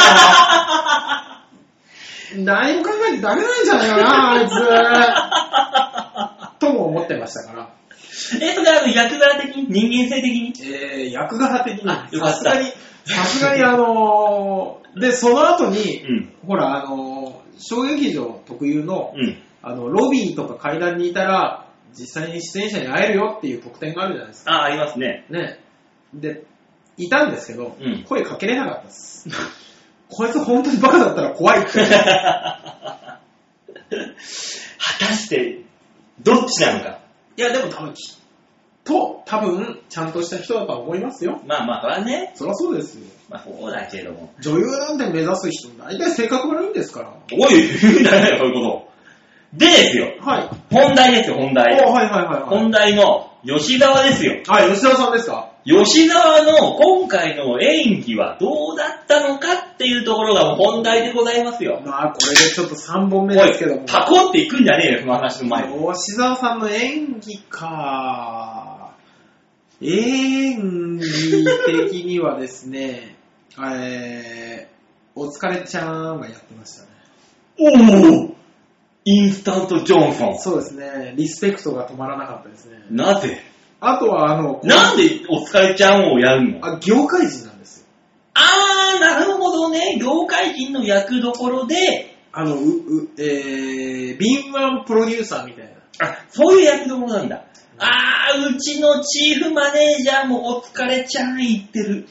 な。何も考えてダメなんじゃないかな、あいつ。とも思ってましたから。 え、それは役柄的に人間性的にえー、役柄的に。さすがに、さすがにあのー、で、その後に、うん、ほら、あのー、小劇場特有の、うん、あの、ロビーとか階段にいたら、実際に出演者に会えるよっていう特典があるじゃないですか。 ああ、ありますね。 ね。で、いたんですけど、うん、声かけれなかったです。こいつ本当にバカだったら怖いって。果たして、どっちなのか。 いや、でも多分、きっと、多分、ちゃんとした人だとは思いますよ。 まあまあ、それはね。 そりゃそうですよ。 まあそうだけども。 女優なんて目指す人、大体性格悪いんですから。 おい、言うんじゃないよ、そういうこと。でですよ。 はい。 本題ですよ、本題。 おはいはいはい、はい。 本題の吉沢ですよ。 はい、吉沢さんですか？ 吉沢の今回の演技はどうだったのかっていうところが本題でございますよ。 まあ、これでちょっとさんぼんめですけども。 パコっていくんじゃねえよ、その話の前に。 吉沢さんの演技か。演技的にはですね、えー、お疲れちゃんがやってましたね。 おーインスタントジョンソン。 そうですね。リスペクトが止まらなかったですね。 なぜ？ あとは、あの、 なんでお疲れちゃんをやるの？ あ、業界人なんですよ。 あー、なるほどね。業界人の役どころで、 あの、う、う、えー、敏腕プロデューサーみたいな。 あ、そういう役どころなんだ。あー、うちのチーフマネージャーもお疲れちゃん言ってる。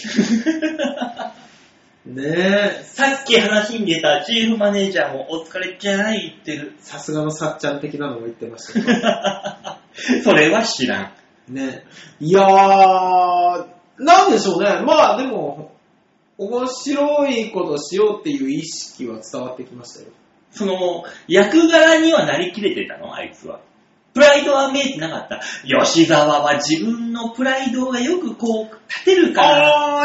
ねえ。 さっき話に出たチーフマネージャーもお疲れちゃん言ってる。 さすがのさっちゃん的なのも言ってましたけど。 それは知らん。 ね。いやー、なんでしょうね。まあでも、面白いことしようっていう意識は伝わってきましたよ。 その、役柄にはなりきれてたの？あいつは。プライドは見えてなかった。吉沢は自分のプライドがよくこう、立てるから。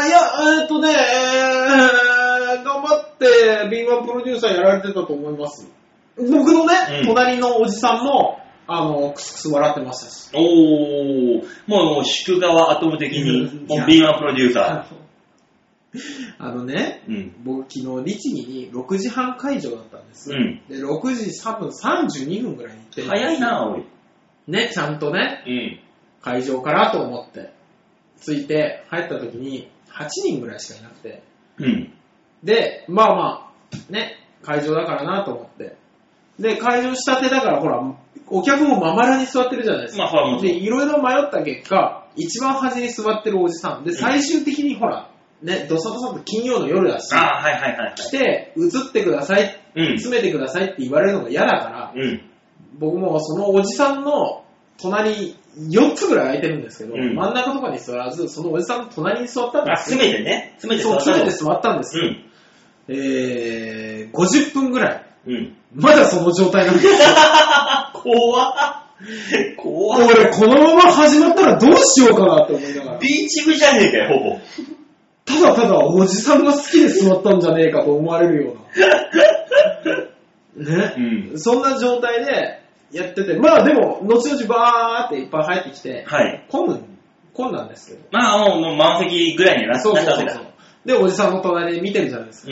あー、いや、えー、っとね、えー、頑張って敏腕プロデューサーやられてたと思います。僕のね、うん、隣のおじさんも、あの、クスクス笑ってましたし。 おー、もう、宿川アトム的に、敏腕プロデューサー。 あのね、うん、僕昨日律儀にろくじはん会場だったんです。うん、で、ろくじさんじゅうにふんぐらいに行ってるんです。 早いな、おい。 ね、ちゃんとね、うん、会場からと思って、着いて入った時にはちにんぐらいしかいなくて、うん、で、まあまあ、ね、 会場だからなと思って。で、会場したてだから、ほら、お客もまばらに座ってるじゃないですか。 まあ、ほらもちろん。 で、いろいろ迷った結果、一番端に座ってるおじさん。で、最終的にほら、ね、ドサドサと金曜の夜だし、 ああ、はいはいはい、はい。 来て、映ってください、うん、詰めてくださいって言われるのが嫌だから、うん、僕もそのおじさんの隣、よっつぐらい空いてるんですけど、うん、真ん中とかに座らず、そのおじさんの隣に座ったんですよ。 あ、詰めてね。詰めて座った。 そう、詰めて座ったんですよ。うん、えー、ごじゅっぷんぐらい。 うん、 まだその状態なんですよ。 怖っ。怖っ。 俺、このまま始まったらどうしようかなって思いながら。 ビーチ部じゃねえかよ、ほぼ。 ただただおじさんが好きで座ったんじゃねえかと思われるような。ね、うん。そんな状態でやってて、まあでも、後々バーっていっぱい入ってきて、 はい。 混む、混んだんですけど。 まあもう、もう満席ぐらいになったわけだ。そうそうそう。 で、おじさんの隣で見てるじゃないですか。うん。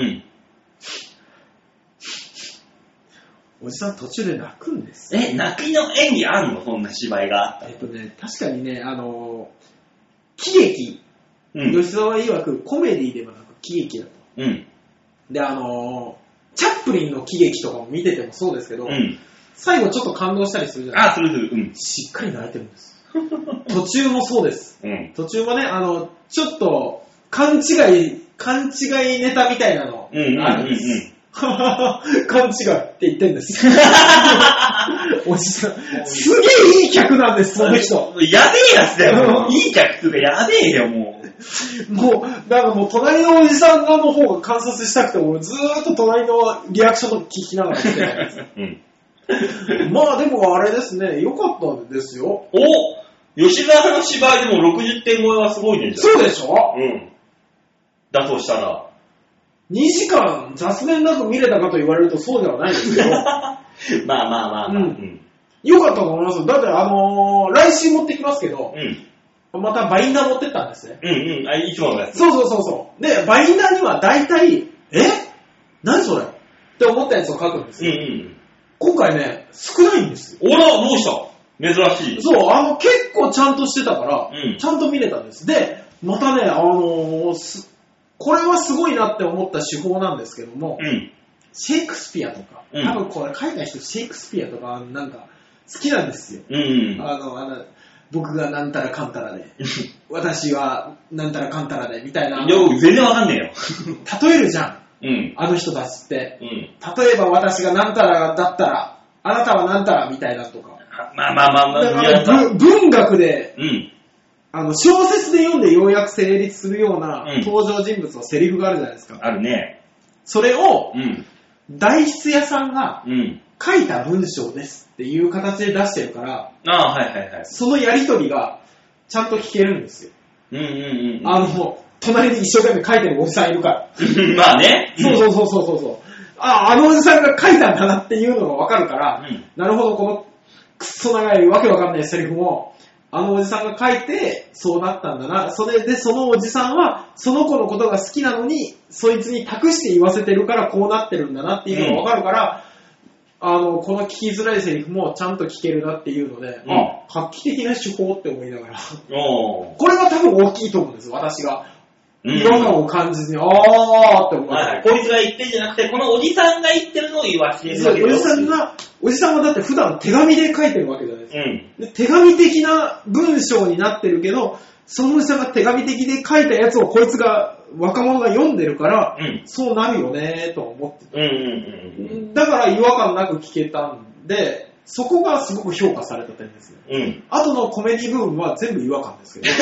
おじさん途中で泣くんです。 え、泣きの演技あんの？そんな芝居が。 えっとね、確かにね、あの、喜劇、うん、吉沢曰くコメディではなく喜劇だと。うん。で、あの、チャップリンの喜劇とかも見ててもそうですけど、うん、最後ちょっと感動したりするじゃないですか。 あ、するする。うん。 しっかり泣いてるんです。途中もそうです。うん。途中もね、あの、ちょっと勘違い、勘違いネタみたいなのがあるんです。うんうんうんうん、勘違いって言ってんです。おじさん、すげえいい客なんです、その人。 やべえやつだよ。いい客っていうかやべえよ、もう。もう、なんかもう隣のおじさんの方が観察したくて、俺ずーっと隣のリアクションを聞きながら見てたんです。うん、まあでもあれですね、良かったんですよ。 お吉沢の芝居でもろくじゅってん超えはすごいね。 そうでしょ？ うん。だとしたら。 にじかん雑念なく見れたかと言われるとそうではないですけど。まあまあまあまあ。うん。 よかったと思いますよ。だってあのー、来週持ってきますけど、うん、またバインダー持ってったんですね。 うんうん。あ、いつものやつ。 そうそうそうそう。で、バインダーには大体、え何それって思ったやつを書くんですよ。うんうん。今回ね、少ないんですよ。 おら、どうした珍しい。 そう、あの、結構ちゃんとしてたから、うん、ちゃんと見れたんです。で、またね、あのー、これはすごいなって思った手法なんですけども、うん、シェイクスピアとか、うん、多分これ書いた人シェイクスピアとかなんか好きなんですよ。うんうん、あの、あの、僕がなんたらかんたらで、私はなんたらかんたらで、みたいな。 いや、全然わかんねえよ。 例えるじゃん。 うん、 あの人たちって、うん。例えば私がなんたらだったら、あなたはなんたらみたいなとか。 まあまあまあまあ。 だから文学で、うん、あの小説で読んでようやく成立するような登場人物のセリフがあるじゃないですか。 あるね。 それを、うん、代筆屋さんが書いた文章ですっていう形で出してるから、 ああ、はいはいはい。 そのやりとりがちゃんと聞けるんですよ。 うんうんうん、うん。 あの、隣に一生懸命書いてるおじさんいるから。 まあね。 そうそうそうそうそう。ああ、あのおじさんが書いたんだなっていうのがわかるから、うん、なるほど、このくっそ長いわけわかんないセリフも、あのおじさんが書いて、そうなったんだな。それでそのおじさんは、その子のことが好きなのに、そいつに託して言わせてるからこうなってるんだなっていうのがわかるから、うん、あの、この聞きづらいセリフもちゃんと聞けるなっていうので、うん、あ、画期的な手法って思いながら。これは多分大きいと思うんです、私が。違和感を感じずに、あーって思う、 はい。こいつが言ってんじゃなくて、このおじさんが言ってるのを言わせてるわけです。おじさんが、おじさんはだって普段手紙で書いてるわけじゃないですか。うん、で手紙的な文章になってるけど、そのおじさんが手紙的で書いたやつをこいつが、若者が読んでるから、うん、そうなるよねと思ってた、うんうんうん。だから違和感なく聞けたんで、そこがすごく評価された点ですね。うん、あとのコメディ部分は全部違和感ですけど。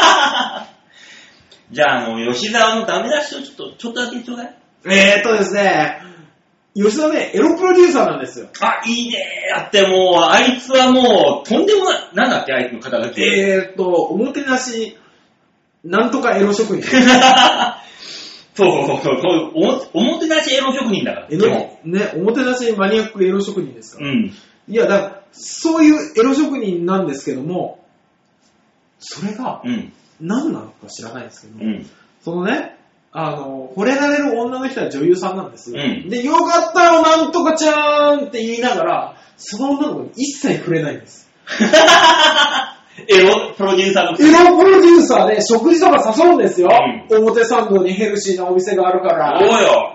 じゃあ、あの、吉沢のダメ出しをちょっと、ちょっとだけちょうだい。 えーっとですね、吉沢ね、エロプロデューサーなんですよ。 あ、いいねー。だってもう、あいつはもう、とんでもない。なんだっけ、あいつの肩書き。 えーっと、おもてなし、なんとかエロ職人。 そうそうそうそうお。おもてなしエロ職人だから。 えのね、おもてなしマニアックエロ職人ですから。うん。いや、だからそういうエロ職人なんですけども、それが、うん。何なのか知らないですけど、うん、そのね、あの、惚れられる女の人は女優さんなんです。うん、で、よかったよ、なんとかちゃーんって言いながら、その女の子に一切触れないんです。 エロプロデューサーのエロプロデューサーで食事とか誘うんですよ。うん、表参道にヘルシーなお店があるから。 そうよ。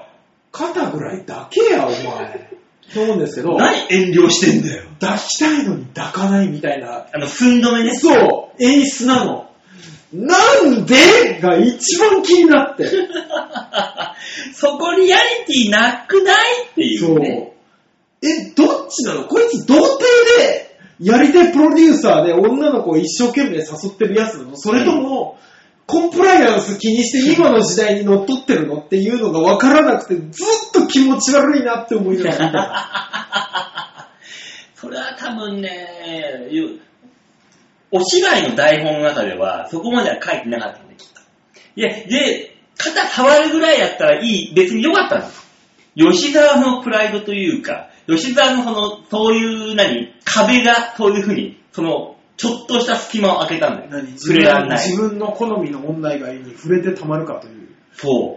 肩ぐらい抱けや、お前。と思うんですけど。 何遠慮してんだよ。 抱きたいのに抱かないみたいな。 あの、寸止めね。 そう、演出なの。なんでが一番気になって。 そこリアリティなくないっていうね。 そう。え、どっちなの？こいつ童貞でやりたいプロデューサーで女の子を一生懸命誘ってるやつなの？それとも、うんコンプライアンス気にして今の時代にのっとってるのっていうのが分からなくてずっと気持ち悪いなって思いながら見た。 それは多分ね、お芝居の台本の中ではそこまでは書いてなかったんできっと。いや、で、肩触るぐらいやったらいい、別に良かったんです。吉沢のプライドというか、吉沢のその、そういう何、壁がそういうふうに、その、ちょっとした隙間を開けたんだよ。 何触れらんない。自分の好みの問題外に触れてたまるかという。 そう。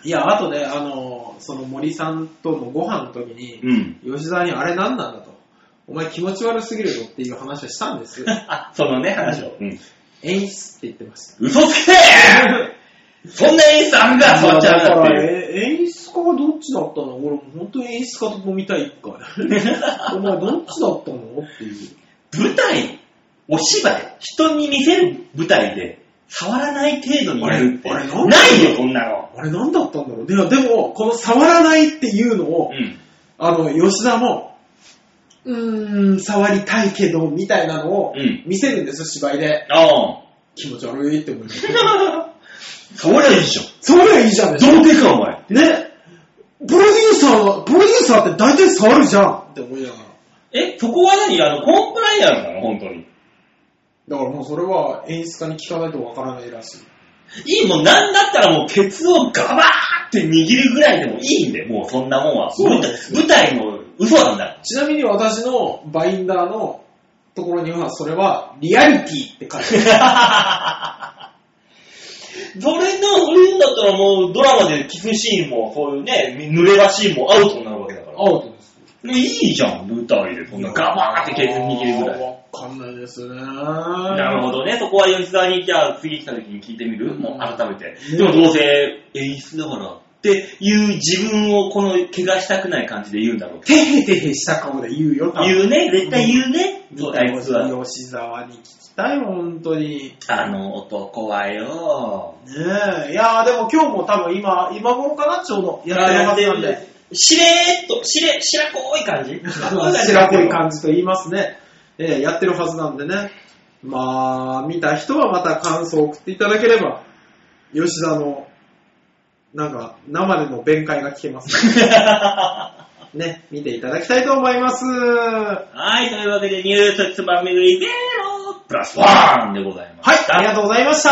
いや、あとね、あの、その森さんとのご飯の時に、うん、吉沢にあれ何なんだと。お前気持ち悪すぎるよっていう話をしたんです。 あ、そのね、話を。うん、 演出って言ってました。 嘘つけそんな演出あんが触っちゃうんだっていう。 演出家はどっちだったの？俺も本当に演出家と飲みたいか。お前どっちだったのっていう。 舞台お芝居、人に見せる舞台で触らない程度にやるってあれないよ、こんなの。 あれ何だったんだろう。でも、でもこの触らないっていうのを、うん、あの吉田もうーん触りたいけどみたいなのを見せるんですよ、芝居で。 ああ、 気持ち悪いって思います。 触りゃいいじゃん。 触りゃいいじゃん。 どうでかお前。 ね。プロデューサーはプロデューサーって大体触るじゃんって思いながら。 え、そこは何あのコンプライアンスなの本当に。 だからもうそれは演出家に聞かないとわからないらしい。いい、もうなんだったらもうケツをガバーって握るぐらいでもいいんで、もうそんなもんは。そうですよ。舞台の嘘なんだ。 ちなみに私のバインダーのところにはそれはリアリティって書いてある。 それの、そういうんだったらもうドラマでキスシーンもそういうね、濡れ場シーンもアウトになるわけだから。 アウトです。 いいじゃん、舞台で。そんなガバーってケツ握るぐらい。 わかんないですね。 なるほどね。そこは吉沢に、じゃあ次来た時に聞いてみる、うん、もう改めて。でもどうせ演出だからっていう自分をこの怪我したくない感じで言うんだろう。 てへてへした顔で言うよ。 言うね。絶対言うね。 うん、そうあいつは。吉沢に聞きたい、本当に。 あの男はよ。 ねえ。いやーでも今日も多分今、今頃かな、ちょうどやってるはずなんで。 しれーっと、しれ、白濃い感じ白濃い感じと言いますね。えー、やってるはずなんでね。まあ、見た人はまた感想を送っていただければ、吉田の、なんか、生での弁解が聞けますね。ね、見ていただきたいと思います。 はい、というわけで、ニュースつまみ食いゼロプラスワンでございます。 はい、ありがとうございました。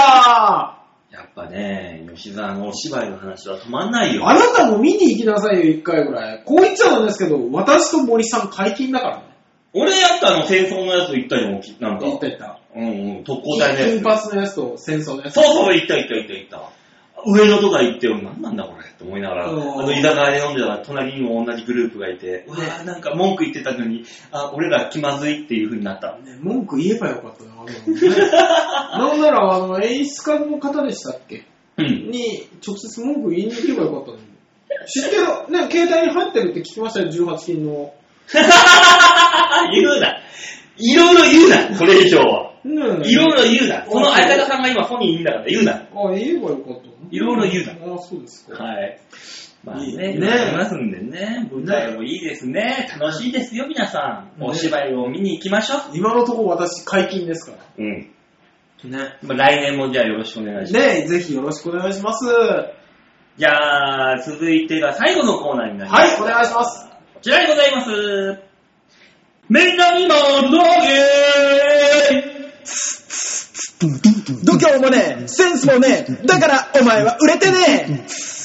やっぱね、吉沢のお芝居の話は止まんないよ。 あなたも見に行きなさいよ、一回ぐらい。こう言っちゃうんですけど、私と森さん解禁だからね。 俺やったの戦争のやつ行ったよ、なんか。 行った行った。 うんうん、特攻隊のやつ。 金髪のやつと戦争のやつ。 そうそう、行った行った行った行った。上野とか行ってよ、なんなんだこれって思いながら、あの居酒屋で飲んでたら隣にも同じグループがいて、うわぁ、なんか文句言ってたのに、あ、俺ら気まずいっていう風になった。 ね、文句言えばよかったな、ね、なんなら、あの、演出家の方でしたっけ、うん、に、直接文句言いに行けばよかったのに。知ってる、ね、携帯に入ってるって聞きましたよ、じゅうはちきんの。 言うな。いろいろ言うな、それ以上は。 ね、 いろいろ言うな。この相方さんが今ソニーいいんだから言うな。 あ、言えばよかった。 いろいろ言うな。 あ、そうですか。 はい。まあね、 いいね。 ありますんでね。舞台もいいですね。楽しいですよ、皆さん。お芝居を見に行きましょう。 今のところ私解禁ですから。 うん。 ね。 まあ、来年もじゃあよろしくお願いします。 ね、ぜひよろしくお願いします。 じゃあ、続いてが最後のコーナーになります。 はい、お願いします。 こちらでございます。みんなにもどげー度胸もねえ、センスもねえ、だからお前は売れてねえ。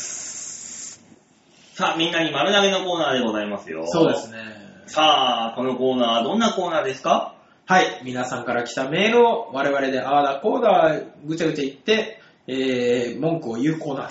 さあ、みんなに丸投げのコーナーでございますよ。 そうですね。 さあ、このコーナーはどんなコーナーですか？ はい、皆さんから来たメールを我々であーだこーだぐちゃぐちゃ言って、えー、文句を言うコーナーです。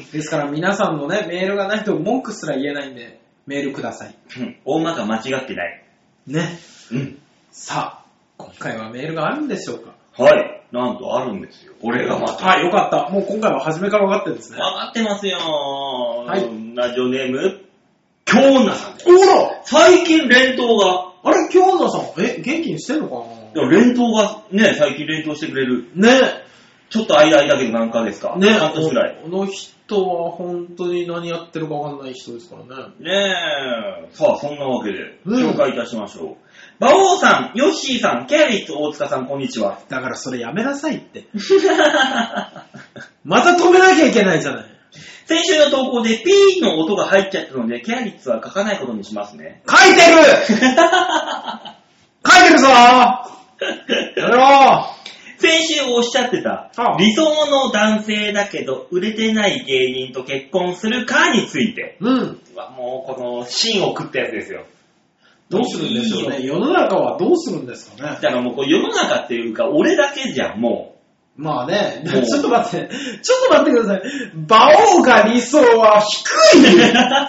ですから皆さんのね、メールがないと文句すら言えないんで、メールください。 うん、大まか間違ってない。 ね。 うん。 さあ、今回はメールがあるんでしょうか？ はい。なんとあるんですよ。俺がまた。 はい、よかった。もう今回は初めから分かってるんですね。 分かってますよ。 はい。 ラジオネーム、京奈さんです。 おら最近連投が。 あれ、京奈さん、え、元気にしてんのかいや、連投がね、最近連投してくれる。 なね。 ちょっと間間だけど何回ですかね。 半年くらい。 この人は本当に何やってるか分かんない人ですからね。 ねえ。さあ、そんなわけで、 うん紹介いたしましょう。馬王さん、ヨッシーさん、キャリッツ大塚さん、こんにちは。 だからそれやめなさいって。また止めなきゃいけないじゃない。 先週の投稿でピーの音が入っちゃったので、キャリッツは書かないことにしますね。 書いてる書いてるぞやめろ先週おっしゃってた、 ああ理想の男性だけど売れてない芸人と結婚するかについて、 うん。 もうこの芯を食ったやつですよ。 どうするんでしょうね。世の中はどうするんですかね。 だからもうこう世の中っていうか、俺だけじゃん、もう。 まあね、 もうちょっと待って、ちょっと待ってください。馬王が理想は低い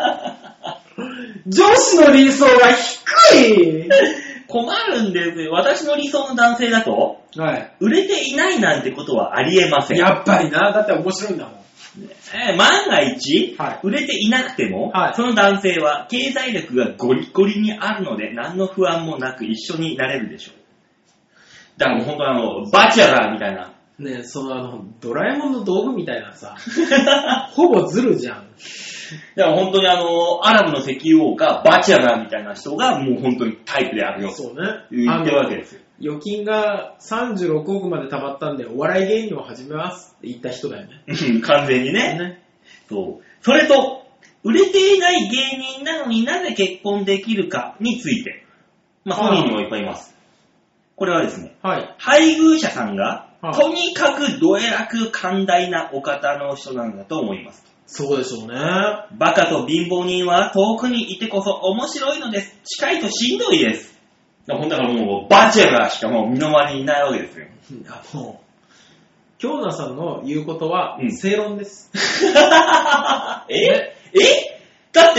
女子の理想が低い困るんですよ。私の理想の男性だと、 はい。 売れていないなんてことはありえません。 やっぱりな、だって面白いんだもん。 えー万が一、 はい売れていなくても、 はいその男性は経済力がゴリゴリにあるので、何の不安もなく一緒になれるでしょう。だからもう本当にあの、バチェラーみたいな。 ねえ、そのあの、ドラえもんの道具みたいなさ、ほぼズルじゃん。 だから本当にあの、アラブの石油王がバチェラーみたいな人がもう本当にタイプであるよ。 そうね。 言ってるわけですよ。 預金がさんじゅうろくおくまで貯まったんで、お笑い芸人を始めますって言った人だよね。 うん完全にね。 ね。 そう。それと、売れていない芸人なのになぜ結婚できるかについて。まあ、本人にもいっぱいいます。これはですね、 はい。 配偶者さんが、 はいとにかくどえらく寛大なお方の人なんだと思います。 そうでしょうね。 バカと貧乏人は遠くにいてこそ面白いのです。近いとしんどいです。だからもう、バチェラーしかもう身の回りにいないわけですよ。 あの、京奈さんの言うことはうん正論です。 ええだって、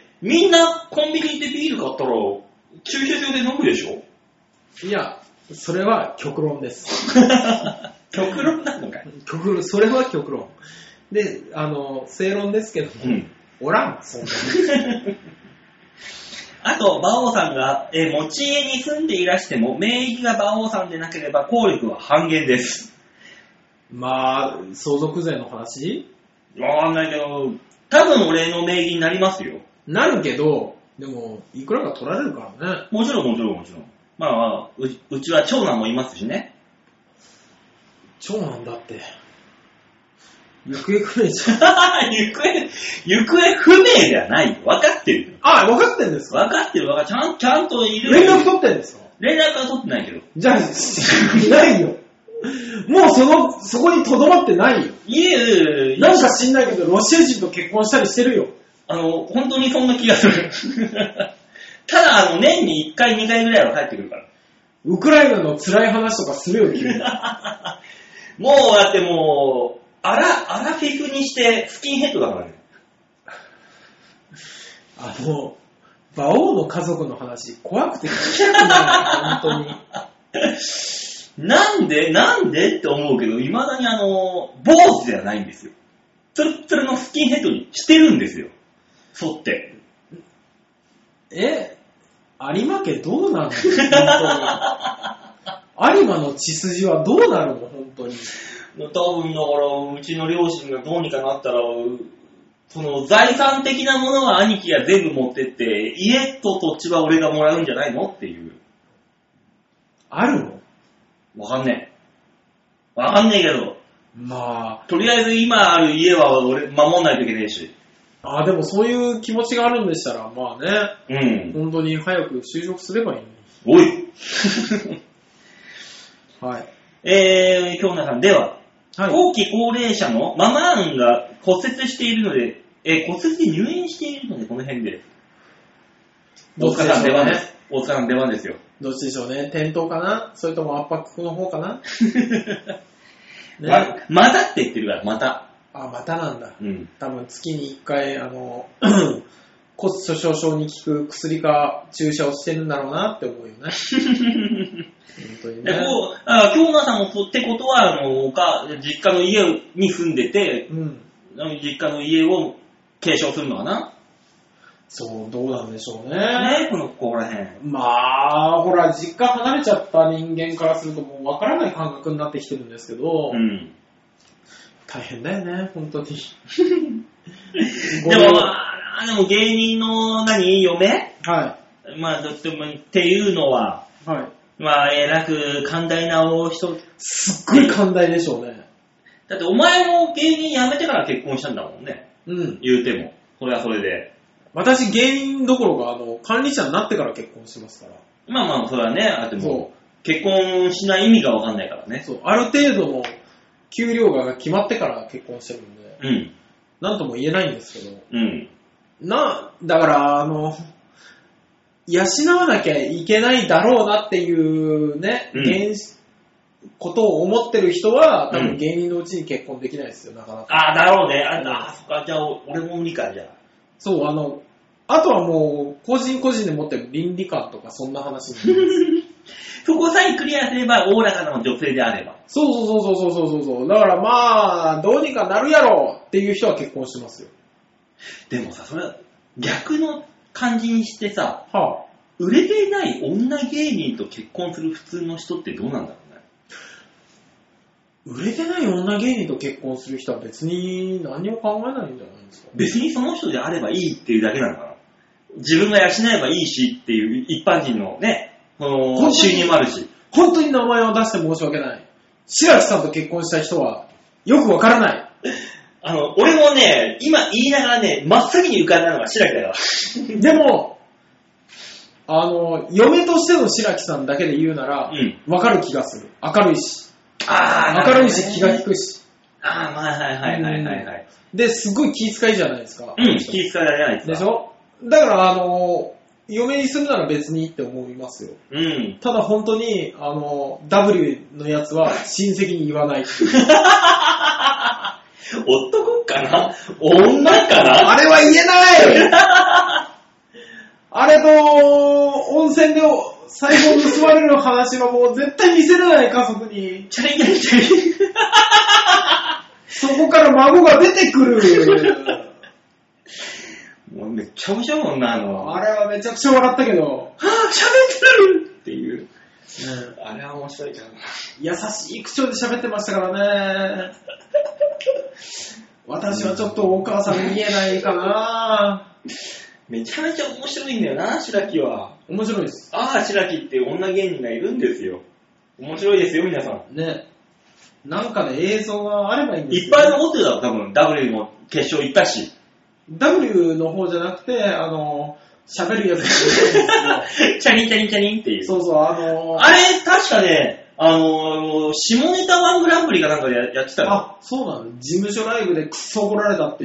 みんなコンビニでビール買ったら、駐車場で飲むでしょいや、それは極論です。 極論なのかい極論、それは極論。で、あの、正論ですけども、 うん。 おらん、そんなに。 あと、馬王さんが、えー持ち家に住んでいらしても、名義が馬王さんでなければ、効力は半減です。 まあ、相続税の話わかんないけど、多分俺の名義になりますよ。 なるけど、でも、いくらか取られるからね。 もちろんもちろんもちろん。まあまあ、ううちは長男もいますしね。 長男だって。行方不明じゃん。 行方、行方不明ではないよ。分かってるよ。 あ、分かってんですか分かってる分かってる。ちゃん、ちゃんといる。 連絡取ってんですか連絡は取ってないけど。 じゃあ、いないよ。もうその、そこに留まってないよ。 いえ、 なんか知んないけど、ロシア人と結婚したりしてるよ。 あの、本当にそんな気がする。ただ、あの、年にいっかい、にかいぐらいは帰ってくるから。 ウクライナの辛い話とかするよ、君。 もう、だってもう、アラ、アラフィフにしてスキンヘッドだからね。 あの、馬王の家族の話、怖くて聞きたくない、本当に。 なんでなんでって思うけど、未だにあの、坊主ではないんですよ。ツルッツルのスキンヘッドにしてるんですよ。剃って。 え有馬家どうなるの本当に。有馬の血筋はどうなるの本当に。 多分だから、うちの両親がどうにかなったら、その財産的なものは兄貴が全部持ってって、家と土地は俺がもらうんじゃないのっていう。 あるのわかんねえ。わかんねえけど。 まあ。 とりあえず今ある家は俺守んないといけねえし。 あ、でもそういう気持ちがあるんでしたら、まあね。 うん。 本当に早く就職すればいいのに。 おいはい。 えー、京奈さんでは、 はい。 後期高齢者のママンが骨折しているので、えー骨折で入院しているので、この辺で。大塚さん出番です。大塚さん出番ですよ。 どっちでしょうね。転倒かなそれとも圧迫の方かなね。 ま、またって言ってるから、また。 あ、またなんだ。 うん。 多分月にいっかい、あの、骨粗鬆症に効く薬か注射をしてるんだろうなって思うよね。うん当にね。 で、こう、あ京奈さんもってことは、あの、おか、実家の家に住んでて、うん、実家の家を継承するのかな？ そう、どうなんでしょうね。 ね、この、ここら辺。 まあ、ほら、実家離れちゃった人間からするともう分からない感覚になってきてるんですけど、うん、大変だよね、本当に。 でも、でも芸人の何、嫁？ はい。 まあ、どっても、っていうのは、 はい。 まあ、えらく寛大なお人。 すっごい寛大でしょうね。 だってお前も芸人辞めてから結婚したんだもんね。 うん。 言うても。それはそれで。 私芸人どころか、あの、管理者になってから結婚してますから。 まあまあ、それはね、あっても、結婚しない意味がわかんないからね。 そう。ある程度の給料が決まってから結婚してるんで、 うん。 なんとも言えないんですけど、 うん。 な、だから、あの、養わなきゃいけないだろうなっていうね、うん、ことを思ってる人は、多分芸人のうちに結婚できないですよ、なかなか。 ああ、だろうね。あ、あ、そっか、じゃあ、俺も無理か、じゃあ。 そう、あの、あとはもう、個人個人で持ってる倫理観とか、そんな話になります。 そこさえクリアすれば、おおらかな女性であれば。 そうそうそうそうそうそうそう。だからまあ、どうにかなるやろっていう人は結婚してますよ。 でもさ、それは逆の感じにしてさ、 はあ、 売れていない女芸人と結婚する普通の人ってどうなんだろうね。売れてない女芸人と結婚する人は別に何も考えないんじゃないですか。 別にその人であればいいっていうだけなのかな。自分が養えばいいしっていう一般人のね、この収入もあるし。 本当に名前を出して申し訳ない。白木さんと結婚した人はよくわからない。 あの、俺もね、今言いながらね、真っ先に浮かんだのが白木だから。 でも、あの、嫁としての白木さんだけで言うなら、うん、わかる気がする。明るいし。 あ明るいし、気が利くし。 ああ、はいはいはいはいはい、はい。 で、すっごい気遣いじゃないですか。 うん、気遣いじゃないですか。 でしょ？だから、あの、嫁にするなら別にって思いますよ。 うん。 ただ本当に、あの、W のやつは親戚に言わないっていう。 男かな？女かな？ あれは言えないあれと、温泉で財布を盗まれる話はもう絶対見せれない家族に。 チャリンチャリンチャリン。 そこから孫が出てくる。 もうめっちゃ面白いもんな、あの。 あれはめちゃくちゃ笑ったけど、 はぁ、喋ってるっていう。 うん、 あれは面白いからな。 優しい口調で喋ってましたからね。私はちょっとお母さんに言えないかな。 めちゃめちゃ面白いんだよな、白木は。 面白いです。 ああ、白木っていう女芸人がいるんですよ。面白いですよ、皆さん。 ね。なんかね、映像があればいいんですよ。いっぱい残ってるだろ、多分。W も決勝行ったし。 W の方じゃなくて、あの、喋るやつがいるんですよ。チャリンチャリンチャリンっていう。 そうそう、あのー、 あれ、確かね、あのー、下ネタワングランプリかなんかで や, やってたよ。 あ、そうなの。事務所ライブでクソ怒られたっていう。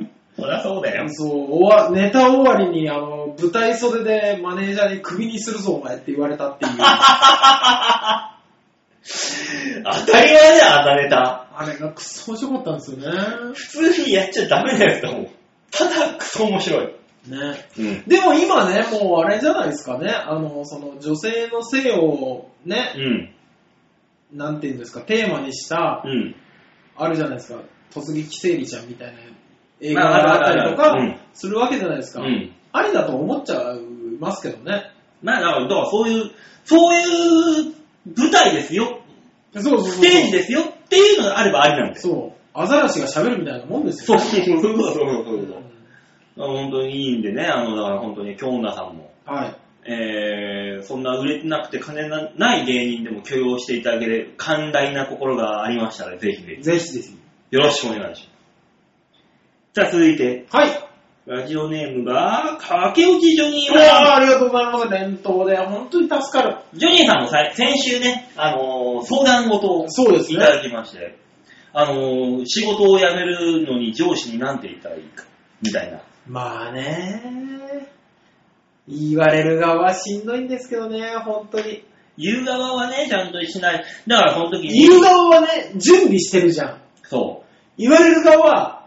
そりゃそうだよ。 そう、おわネタ終わりに、あの、舞台袖でマネージャーにクビにするぞ、お前って言われたっていう。 当たり前だよ、あんなネタ。 あれがクソ面白かったんですよね。 普通にやっちゃダメなやつだもん。ただクソ面白い。 ね、 うん。 でも今ね、もうあれじゃないですかね。あの、その女性の性をね、 うん、 なんていうんですか、テーマにした、 うん、あるじゃないですか。突撃生理ちゃんみたいな映画があったりとかするわけじゃないですか。うん、ありだと思っちゃいますけどね。 まあ、だから、だからそういう、そういう舞台ですよ。 そうそうそうそう。 ステージですよっていうのがあればありなんで。 そう。アザラシが喋るみたいなもんですよ、ね。 そうそうそうそうそうそう。本当にいいんでね、あの、だから本当に京女さんも。 はい。 えー、そんな売れてなくて金のない芸人でも許容していただける寛大な心がありましたら、ぜひぜひ。 ぜひぜひ。 よろしくお願いします。さあ、続いて。 はい。 ラジオネームが、かけおちジョニーは。ありがとうございます。連投で、本当に助かる。 ジョニーさんもさ先週ね、あのー、相談事をいただきまして、ね、あのー、仕事を辞めるのに上司に何て言ったらいいか、みたいな。 まあね、言われる側はしんどいんですけどね、本当に。 言う側はね、ちゃんとしない。だからその時に。 言う側はね、準備してるじゃん。 そう。 言われる側は、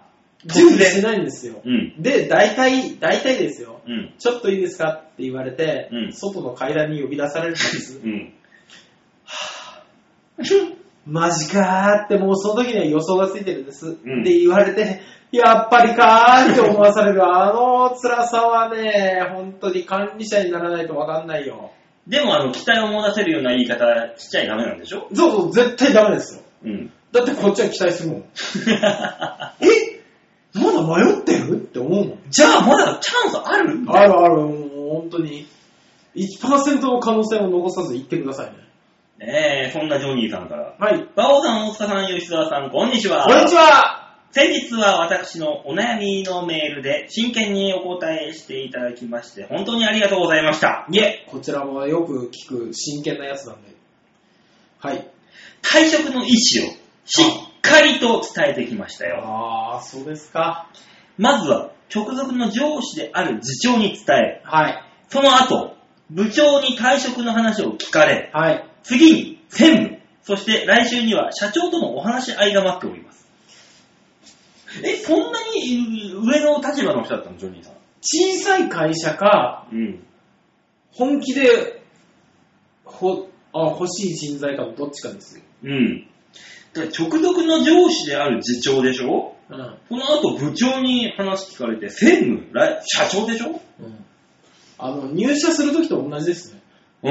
準備してないんですよ。 うん、 で、大体、大体ですよ、 うん。 ちょっといいですかって言われて、 うん、 外の階段に呼び出されるんです。 うん、 はぁマジかーってもうその時には予想がついてるんです。 うん、 って言われて、やっぱりかーって思わされるあの辛さはね、本当に管理者にならないと分かんないよ。 でもあの、期待を持たせるような言い方しちゃいダメなんでしょ？ そうそう、絶対ダメですよ。 うん。 だってこっちは期待するもん。えまだ迷ってるって思うもん。 じゃあまだチャンスある？ あるある、もう本当に。いちパーセント の可能性を残さず言ってくださいね。 ええー、そんなジョニーさんから。 はい。 バオさん、大塚さん、吉沢さん、こんにちは。 こんにちは。 先日は私のお悩みのメールで真剣にお答えしていただきまして本当にありがとうございました。 いえ、こちらもよく聞く真剣なやつなんで。はい。 退職の意思をしっかりと伝えてきましたよ。 ああ、そうですか。 まずは直属の上司である次長に伝え、 はい。 その後、部長に退職の話を聞かれ、 はい。 次に専務、そして来週には社長とのお話し合いが待っております。え、そんなに上の立場の人だったの、ジョニーさん。 小さい会社か、 うん、 本気でほあ欲しい人材かのどっちかですよ。 うん。だから直属の上司である次長でしょ、うん、その後部長に話聞かれて専務、社長でしょ、うん、 あの入社するときと同じですね。 うん、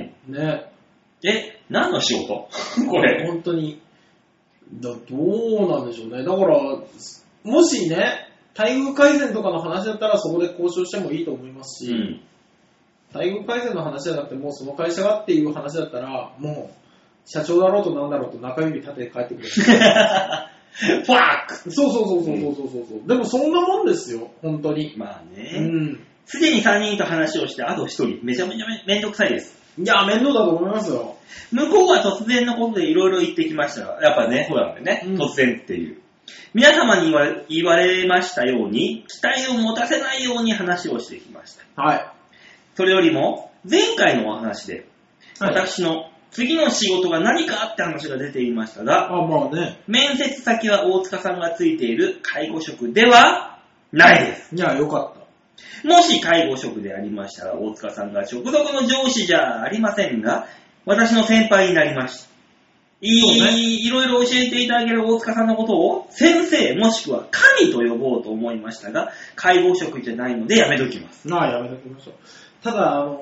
うん。ね。 え、何の仕事これ。 本当に。だどうなんでしょうね。だから、もしね、待遇改善とかの話だったらそこで交渉してもいいと思いますし、うん、待遇改善の話じゃなくてもうその会社がっていう話だったら、もう社長だろうとなんだろうと中指立てて帰ってくる。ファックそうそうそうそうそうそうそう、うん、でもそんなもんですよ、本当に。 まあね。 うん。 すでにさんにんと話をして、あとひとり。めちゃめちゃめんどくさいです。 いや、面倒だと思いますよ。 向こうは突然のことでいろいろ言ってきましたが、やっぱね、そうなんだよね、うん。突然っていう。皆様に言われ、言われましたように、期待を持たせないように話をしてきました。 はい。 それよりも、前回のお話で、はい、私の次の仕事が何かって話が出ていましたが、 あ、まあね。 面接先は大塚さんがついている介護職ではないです。 いや、よかった。 もし介護職でありましたら、大塚さんが直属の上司じゃありませんが、私の先輩になりました。いい、ね、いろいろ教えていただける大塚さんのことを先生もしくは神と呼ぼうと思いましたが、介護職じゃないのでやめときます。 ああ、やめときましょう。ただ、あのー、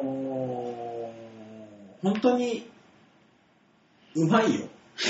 本当にうまいよ。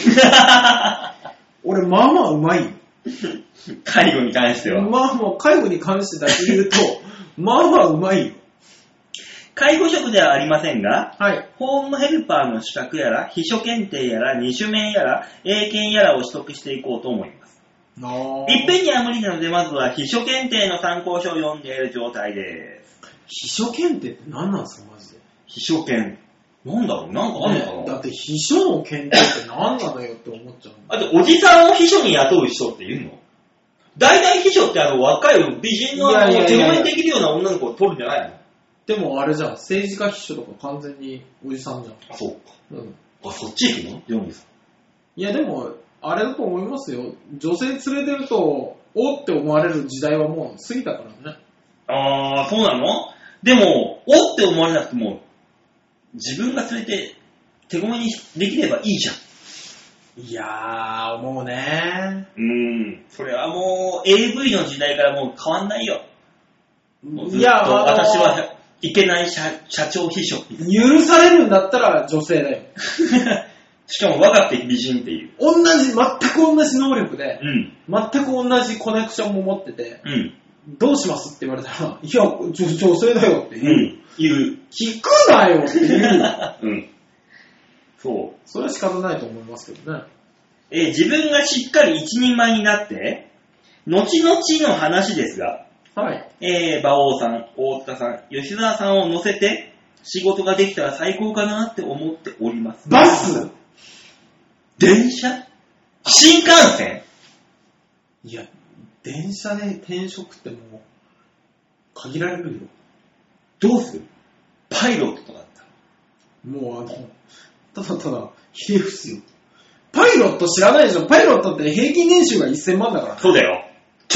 俺、まあまあうまいよ。 介護に関しては。 まあまあ、介護に関してだけ言うと、まあまあうまいよ。 介護職ではありませんが、 はい、 ホームヘルパーの資格やら、秘書検定やら、二種免やら、英検やらを取得していこうと思います。いっぺんには無理なので、まずは秘書検定の参考書を読んでいる状態です。 秘書検定って何なんですか、マジで。 秘書検。なんだろう、なんかあるのかな、 ね、だって秘書の検定って何なのよって思っちゃう。 あと、おじさんを秘書に雇う人っているの？大体秘書ってあの若い美人の手前にできるような女の子を取るんじゃないの？ でもあれじゃん、政治家秘書とか完全におじさんじゃん。 あ、そうか。 うん。 あ、そっち行くの？ジョニーさん。 いやでも、あれだと思いますよ。女性連れてると、おって思われる時代はもう過ぎたからね。 あー、そうなの？でも、おって思われなくても、自分が連れて手ごめにできればいいじゃん。 いやー、もうねー。うーん。それはもう エーブイ の時代からもう変わんないよ。もうずっといや、 私はいけない 社, 社長秘書。 許されるんだったら女性だよ。 しかも若くて美人っていう。 同じ、全く同じ能力で、 うん、 全く同じコネクションも持ってて、 うん、 どうしますって言われたら、いや、女, 女性だよって言う。うん、 言う。 聞くなよって言う。 うん。そう。 それは仕方ないと思いますけどね。 えー、自分がしっかり一人前になって、後々の話ですが、 はい。 えー、馬王さん、大塚さん、吉沢さんを乗せて、仕事ができたら最高かなって思っております。 バス？ 電車？新幹線？ いや、電車で転職ってもう、限られるよ。 どうする？パイロットとかだったら。もうあの、ただただ、ひれ伏すよ。パイロット知らないでしょ？パイロットって平均年収がせんまんだから。 そうだよ。超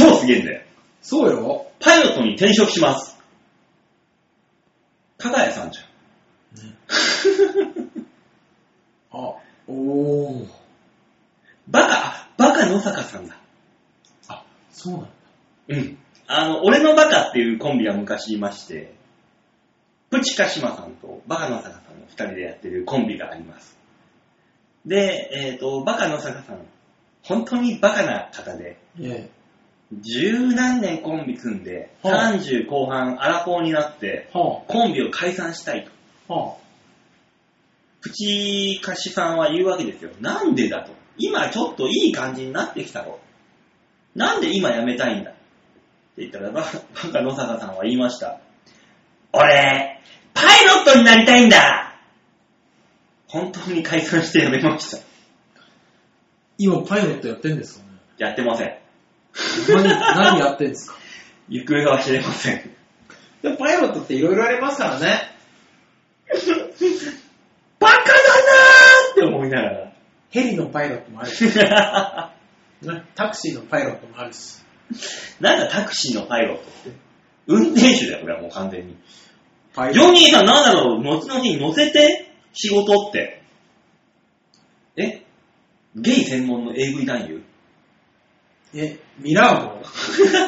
超すげえんだよ。 そうよ。 パイロットに転職します。加賀谷さんじゃん。ね、 あ、おー。 バカ、バカ野坂さんだ。 あ、そうなんだ。 うん。あの、俺のバカっていうコンビは昔いまして、プチカシマさんとバカ野坂さんの二人でやってるコンビがあります。で、えっと、バカ野坂さん、本当にバカな方で、 ええ、 十何年コンビ組んで、 はあ、 さんじゅう後半アラフォーになって、はあ、コンビを解散したいと。はあ、プチカシさんは言うわけですよ。なんでだと。今ちょっといい感じになってきたろ。なんで今辞めたいんだって言ったら、バカ野坂さんは言いました。俺、パイロットになりたいんだ。本当に解散して辞めました。 今パイロットやってんですかね？ やってません。 何、何やってんですか？ 行方は知れません。 でもパイロットっていろいろありますからね。 バカだなーって思いながら。 ヘリのパイロットもあるし、タクシーのパイロットもあるし。 なんだタクシーのパイロットって。運転手だよ、これはもう完全に。ジョニーさんなんだろう、後々に乗せて仕事って。えゲイ専門の エーブイ 男優？ え、ミラー号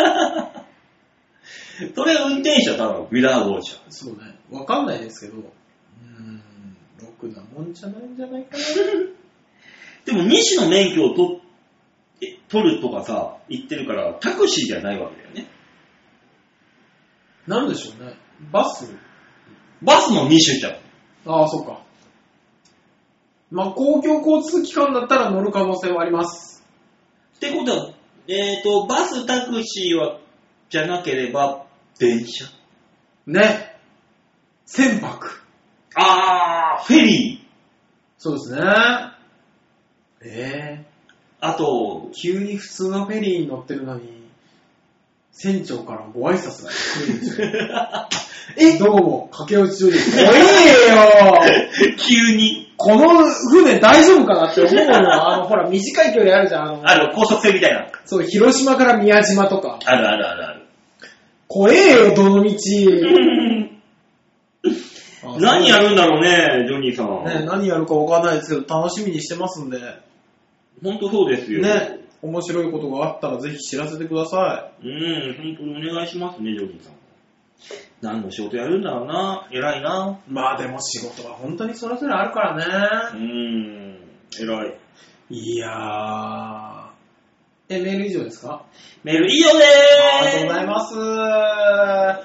それ運転手はただのミラー号じゃん。 そうね。わかんないですけど、うーん、ろくなもんじゃないんじゃないかな。 でも、二種の免許を取取るとかさ、言ってるから、タクシーじゃないわけだよね。 なんでしょうね。バスバスの二種じゃん。 ああ、そっか。まあ、公共交通機関だったら乗る可能性はあります。 ってことは、えっと、バス、タクシーは、じゃなければ、電車。 ね。船舶。 あー、フェリー。 そうですね。ええー。 あと、 急に普通のフェリーに乗ってるのに、船長からご挨拶が来るんですよ。え、どうも、駆け落ち中です。おいよ急に。 この船大丈夫かなって思うのは、あの、ほら、短い距離あるじゃん。あの、 ある、高速船みたいな。 そう、広島から宮島とか。 あるあるあるある。 怖えよ、どの道。 何やるんだろうね、ジョニーさん。 ね、何やるかわかんないですけど、楽しみにしてますんで。 ほんとそうですよ。 ね、面白いことがあったらぜひ知らせてください。うん、ほんとにお願いしますね、ジョニーさん。何の仕事やるんだろうな、偉いな。 まあでも仕事は本当にそれぞれあるからね。 うーん、偉い。 いやー。え、メール以上ですか？ メール以上でーす。 ありがとうございます。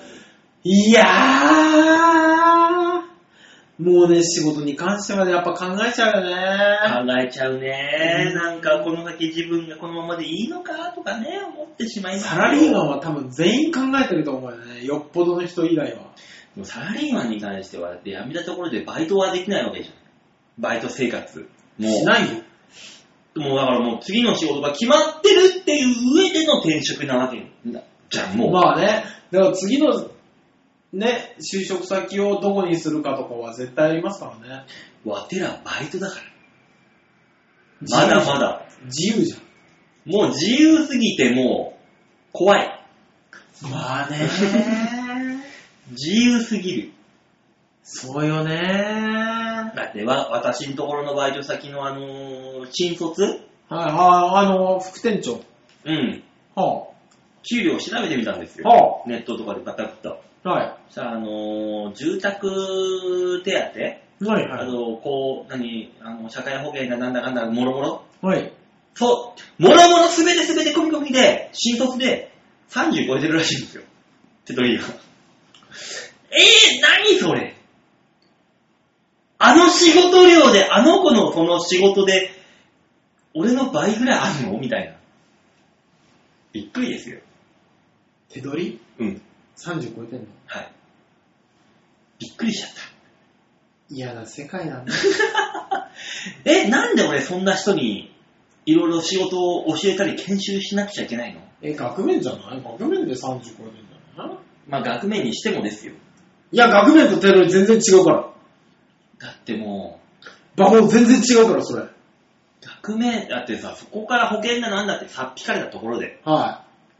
いやー。もうね、仕事に関してはね、やっぱ考えちゃうよね。 考えちゃうね。うん、なんかこの先自分がこのままでいいのかとかね、思ってしまいます。 サラリーマンは多分全員考えてると思うよね。よっぽどの人以外は。 もうサラリーマンに関しては、だって辞めたところでバイトはできないわけじゃん。バイト生活。 もうしないよ。 もうだからもう次の仕事が決まってるっていう上での転職なわけじゃん、もう。 まあね。だから次のね、就職先をどこにするかとかは絶対ありますからね。 わてらバイトだから。まだまだ。 自由じゃん。 もう自由すぎてもう怖い。 まあね自由すぎる。 そうよねだってわ、私のところのバイト先のあのー、新卒？はいはい、あの、副店長。 うん。 はあ。 給料調べてみたんですよ。 はあ、ネットとかでバタッと。 はい。 さあ、あのー、住宅手当はいはい。 あの、こう、何、あの、社会保険がなんだかんだ、もろもろはい。 そう、もろもろすべてすべて込み込みで、新卒でさんじゅう超えてるらしいんですよ。手取りが。えー、何それあの仕事量で、あの子のその仕事で、俺の倍ぐらいあるのみたいな。びっくりですよ。 手取り？ うん。 さんじゅう超えてんの？ はい。びっくりしちゃった。 嫌な世界なんだ。 え、なんで俺そんな人にいろいろ仕事を教えたり研修しなくちゃいけないの？ え、額面じゃない？額面でさんじゅう超えてんじゃない？ まあ額面にしてもですよ。 いや、額面と手取り全然違うから。 だってもう、バホ全然違うから、それ。 額面、だってさ、そこから保険だなんだってさっぴかれたところで、 は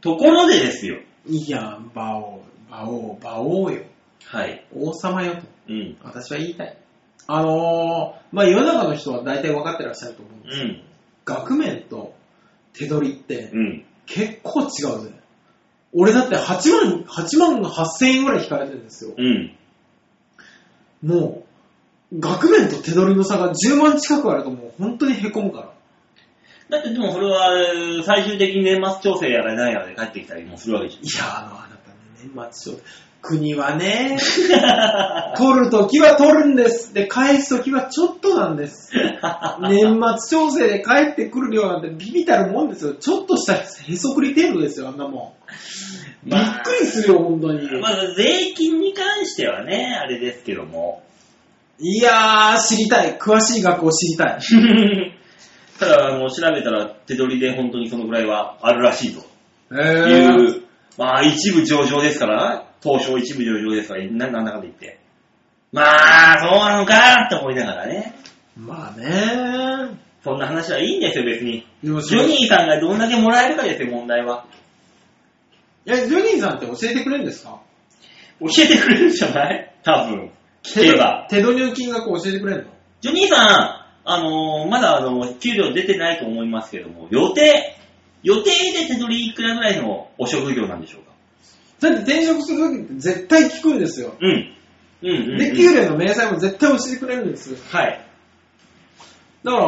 ところでですよ。 いや、馬王、馬王、馬王よ。 はい。 王様よと。 うん。 私は言いたい。あのー、まあ、世の中の人は大体分かってらっしゃると思うんですけど、うん、額面と手取りって、うん、結構違うぜ。俺だってはちまん、はちまんはっせんえんぐらい引かれてるんですよ。うん。もう、額面と手取りの差がじゅうまん近くあるともう本当に凹むから。 だってでもそれは最終的に年末調整やらないやらで帰ってきたりもするわけじゃん。 いや、あの、あなたね、年末調整。国はね、取るときは取るんです。で、返すときはちょっとなんです。年末調整で帰ってくる量なんてビビたるもんですよ。ちょっとしたへそくり程度ですよ、あんなもん。まあ、びっくりするよ、本当に。 まあ、税金に関してはね、あれですけども。 いやー、知りたい。詳しい額を知りたい。 ただ、あの、調べたら手取りで本当にそのぐらいはあるらしいという、えー、まあ、一部上場ですからな。東証一部上場ですから、な、なんだかんだ言って。まあ、そうなのかって思いながらね。 まあね。 そんな話はいいんですよ、別に。ジョニーさんがどんだけもらえるかですよ、問題は。 いや、ジョニーさんって教えてくれるんですか？ 教えてくれるんじゃない多分。聞けば。 手取りの金額教えてくれるの？ ジョニーさん、あのー、まだあの、給料出てないと思いますけども、予定、予定で手取りいくらぐらいのお職業なんでしょうか？ だって転職するときって絶対聞くんですよ。 うん。うんうん、うん。 で、給料の明細も絶対教えてくれるんです。 はい。 だから、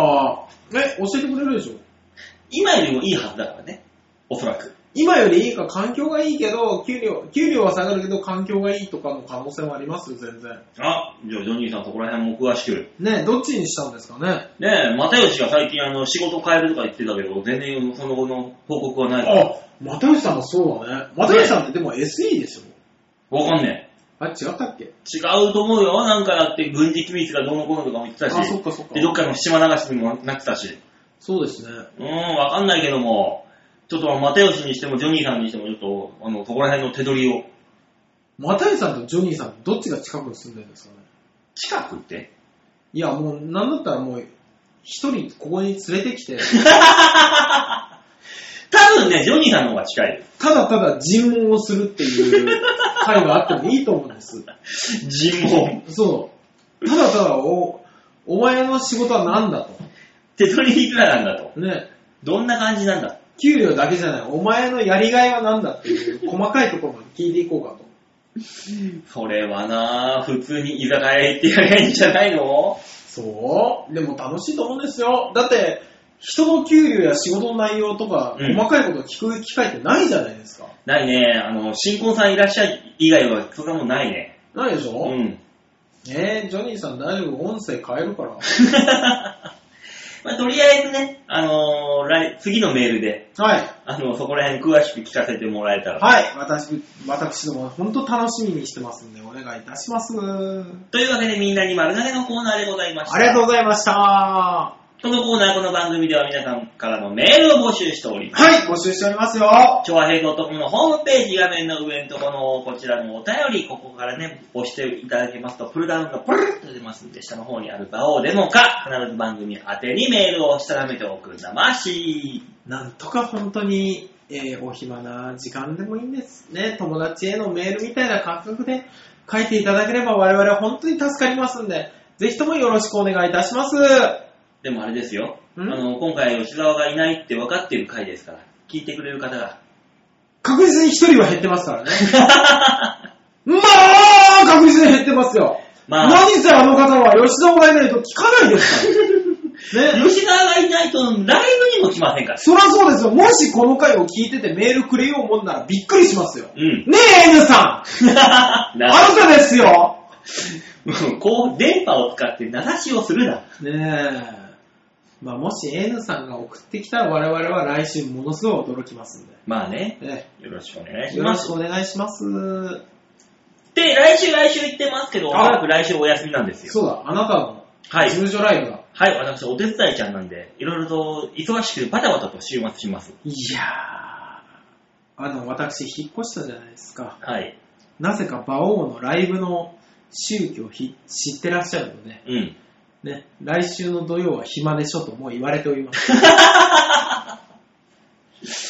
え、教えてくれるでしょ？ 今よりもいいはずだからね。おそらく。 今よりいいか、環境がいいけど、給料、給料は下がるけど、環境がいいとかの可能性もありますよ、全然。 あ、じゃあ、ジョニーさんそこら辺も詳しく。 ねえ、どっちにしたんですかね。 ねえ、又吉が最近あの、仕事変えるとか言ってたけど、全然その後の報告はないから。 あ、又吉さんもそうだね。又吉さんってでも エスイー でしょ？ わかんねえ。 あ、違ったっけ？違うと思うよ。なんかだって軍事機密がどうのこうのとかも言ってたし。 あ、そっかそっか。 で、どっかの島流しにもなってたし。 そうですね。 うーん、わかんないけども、ちょっと又吉にしてもジョニーさんにしてもちょっと、あの、そこら辺の手取りを。 又吉さんとジョニーさんどっちが近くに住んでるんですかね？ 近くって？ いや、もう、なんだったらもう、一人ここに連れてきて。 多分ね、ジョニーさんの方が近い。 ただただ尋問をするっていう会があってもいいと思うんです。 尋問？ そう。ただただお、お前の仕事は何だと。 手取りいくらなんだと。 ね。 どんな感じなんだ。 給料だけじゃない。お前のやりがいは何だっていう細かいところまで聞いていこうかと。 それはなぁ、普通に居酒屋行ってやりゃいいんじゃないの？ そう。でも楽しいと思うんですよ。だって、人の給料や仕事の内容とか、うん、細かいことを聞く機会ってないじゃないですか。 ないね。あの、新婚さんいらっしゃい以外はそんなもんないね。 ないでしょ？ うん。 えー、ジョニーさん大丈夫？音声変えるから。 まあ、とりあえずね、あのー、来次のメールで、 はい。 あの、そこら辺詳しく聞かせてもらえたら。 はい。私、私ども本当楽しみにしてますんで、お願いいたします。 というわけでみんなに丸投げのコーナーでございました。 ありがとうございました。 このコーナー、この番組では皆さんからのメールを募集しております。 はい、募集しておりますよ。 ちょわへい .com のホームページ画面の上のところのこちらのお便り、ここからね、押していただけますと、プルダウンがプルッと出ますんで、下の方にある場をデモか、必ず番組宛てにメールをしたらめておくんだまし。 なんとか本当に、えー、お暇な時間でもいいんですね。友達へのメールみたいな感覚で書いていただければ我々は本当に助かりますんで、ぜひともよろしくお願いいたします。 でもあれですよ。あの、今回吉沢がいないって分かっている回ですから、聞いてくれる方が。 確実に一人は減ってますからね。まあ、確実に減ってますよ。まあ、何せあの方は吉沢がいないと聞かないですから。 ね、吉沢がいないとライブにも来ませんから。 そりゃそうですよ。もしこの回を聞いててメールくれようもんならびっくりしますよ。 うん、 ねえ、N さん。あなたですよ。 こう、電波を使って名指しをするな。 ねえ。まあ、もし N さんが送ってきたら我々は来週ものすごい驚きますんで。 まあね。 ね、 よろしくお願いします。 よろしくお願いします。 で、来週来週言ってますけど、おそらく来週お休みなんですよ。 そうだ、あなたの事務所ライブだ。 はい、はい、私お手伝いちゃんなんで、いろいろと忙しくバタバタと週末します。 いやー、あの、私引っ越したじゃないですか。 はい。 なぜか馬王のライブの宗教を知ってらっしゃるので、 うん。 ね、来週の土曜は暇でしょともう言われております。 あ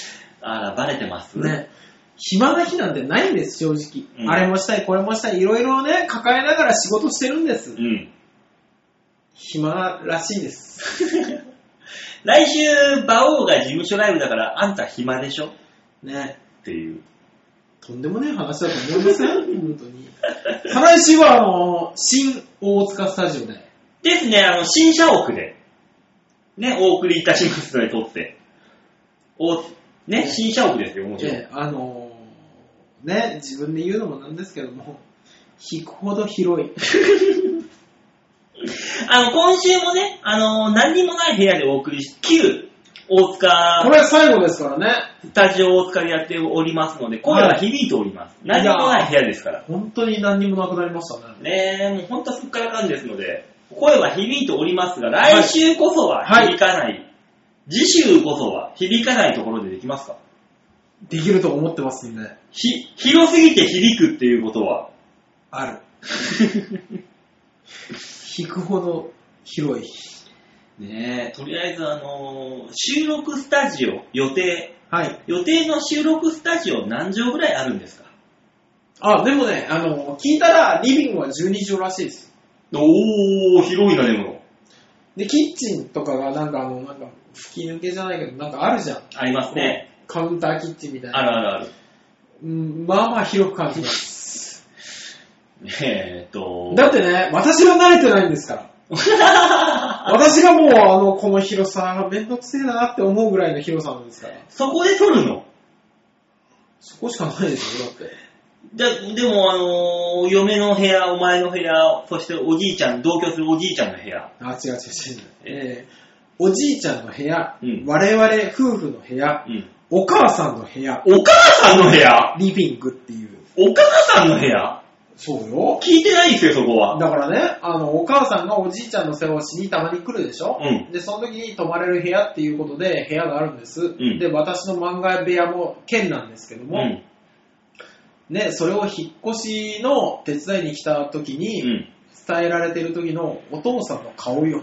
あら、バレてますね。暇な日なんてないんです、正直。 うん、 あれもしたい、これもしたい、いろいろね、抱えながら仕事してるんです。 うん。 暇らしいです。 来週、馬王が事務所ライブだから、あんた暇でしょね。 っていう。 とんでもねえ話だと思いません本当に。再来週は、あの、新大塚スタジオで。 ですね、あの、新社屋で、ね、お送りいたしますので、撮って。お、ね、新社屋ですよ、もちろん。 ええ、あのー、ね、自分で言うのもなんですけども、引くほど広い。 あの、今週もね、あのー、何にもない部屋でお送りし、旧大塚、 これ最後ですからね。 スタジオ大塚でやっておりますので、声が響いております。はい、何にもない部屋ですから。 本当に何にもなくなりましたね。 ねえ、もう本当はすっからかんですので、声は響いておりますが、来週こそは響かない。はいはい、次週こそは響かないところでできますか？ できると思ってますんで。 ひ、広すぎて響くっていうことはある。引くほど広い。 ねえ、とりあえずあのー、収録スタジオ予定、 はい。 予定の収録スタジオ何畳ぐらいあるんですか？ あ、でもね、あの、聞いたらリビングはじゅうに畳らしいです。 おー、広いな、でも。 で、キッチンとかがなんかあの、なんか、吹き抜けじゃないけど、なんかあるじゃん。 ありますね。 カウンターキッチンみたいな。 あるあるある。 うん、まあまあ広く感じます。 えーっと。 だってね、私は慣れてないんですから。私がもうあの、この広さ、めんどくせえなって思うぐらいの広さなんですから。 そこで撮るの？ そこしかないでしょ、だって。 で, でも、あのー、嫁の部屋、お前の部屋、そしておじいちゃん、同居するおじいちゃんの部屋。 あ、違う違う違う。えー、おじいちゃんの部屋、 うん、 我々夫婦の部屋、うん、お母さんの部屋。 お母さんの部屋？ リビングっていう。 お母さんの部屋？ そうよ。 聞いてないですよ、そこは。 だからね、あの、お母さんがおじいちゃんの世話しにたまに来るでしょ、 うん、 で、その時に泊まれる部屋っていうことで部屋があるんです。 うん、 で、私の漫画部屋も兼なんですけども、うんね、それを引っ越しの手伝いに来た時に、伝えられてる時のお父さんの顔よ。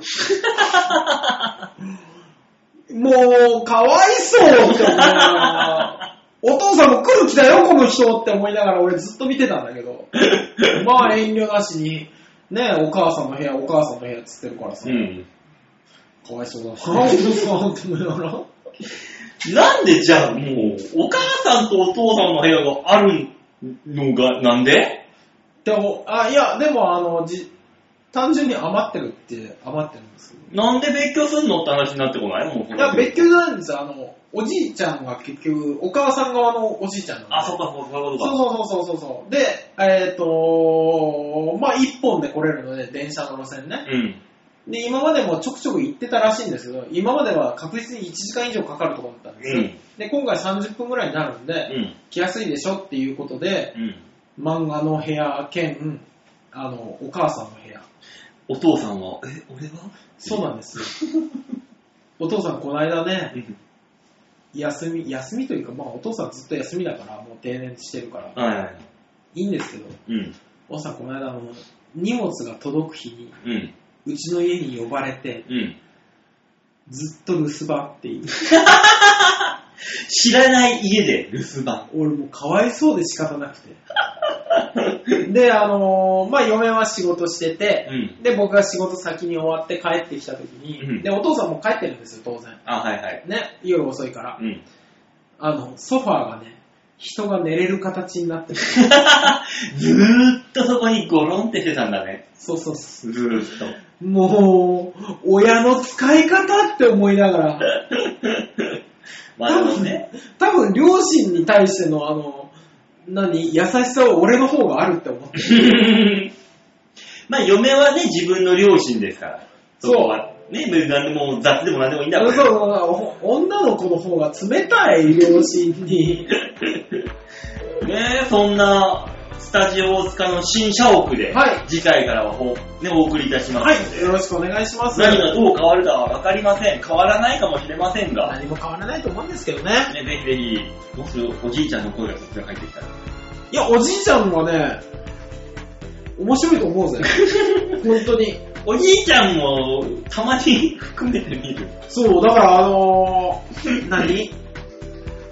もう、かわいそうって思いながら、お父さんも来る気だよ、この人って思いながら俺ずっと見てたんだけど、まあ遠慮なしに、ね、お母さんの部屋、お母さんの部屋っつってるからさ、うん、かわいそうだな、お父さんって思いながら。 なんでじゃあもう、お母さんとお父さんの部屋があるのが、なんで？ でも、あ、いや、でも、あの、じ、単純に余ってるって、余ってるんですけど。 なんで別居すんのって話になってこない？もういや、別居じゃないんですよ。あの、おじいちゃんが結局、お母さん側のおじいちゃんなんで。 あ、そっか、そういうことか。 そうそうそうそう。で、えっ、ー、と、まあ、一本で来れるので、電車の路線ね。うん。で、今までもちょくちょく行ってたらしいんですけど、今までは確実にいちじかん以上かかるところだったんですよ。うん、で、今回さんじゅっぷんぐらいになるんで、うん、来やすいでしょっていうことで、うん、漫画の部屋兼、あの、お母さんの部屋。 お父さんは、え、俺は？ そうなんですよ。お父さんこの間ね、休み、休みというか、まあお父さんずっと休みだから、もう定年してるから、 はいはい、 いいんですけど、うん、お父さんこの間、あの、荷物が届く日に、うんうちの家に呼ばれて、うん、ずっと留守番っていう。 知らない家で留守番。 俺もうかわいそうで仕方なくて。で、あのー、まあ、嫁は仕事してて、うん、で、僕が仕事先に終わって帰ってきた時に、うん、で、お父さんも帰ってるんですよ、当然。 あ、はいはい。 ね、夜遅いから。うん、あの、ソファーがね、人が寝れる形になってる。 ずーっとそこにゴロンってしてたんだね。 そうそうそう。 ずーっと。 もう、親の使い方って思いながら。 まあでもね。 多分、両親に対しての、あの、何、優しさは俺の方があるって思ってる。 まあ、嫁はね、自分の両親ですから。そこは。ね、別に何でも雑でも何でもいいんだから。 そうそう、女の子の方が冷たい、両親に。 ねえ、そんな、スタジオ大塚の新社屋で、はい、次回からはね、お送りいたしますので、 はい、よろしくお願いします。 何がどう変わるかは分かりません。変わらないかもしれませんが。 何も変わらないと思うんですけどね。 ね、ぜひぜひ、もしおじいちゃんの声がそっちが入ってきたら。 いや、おじいちゃんはね、面白いと思うぜ。本当に。 おじいちゃんも、たまに含めて見る。 そう、だからあのー、何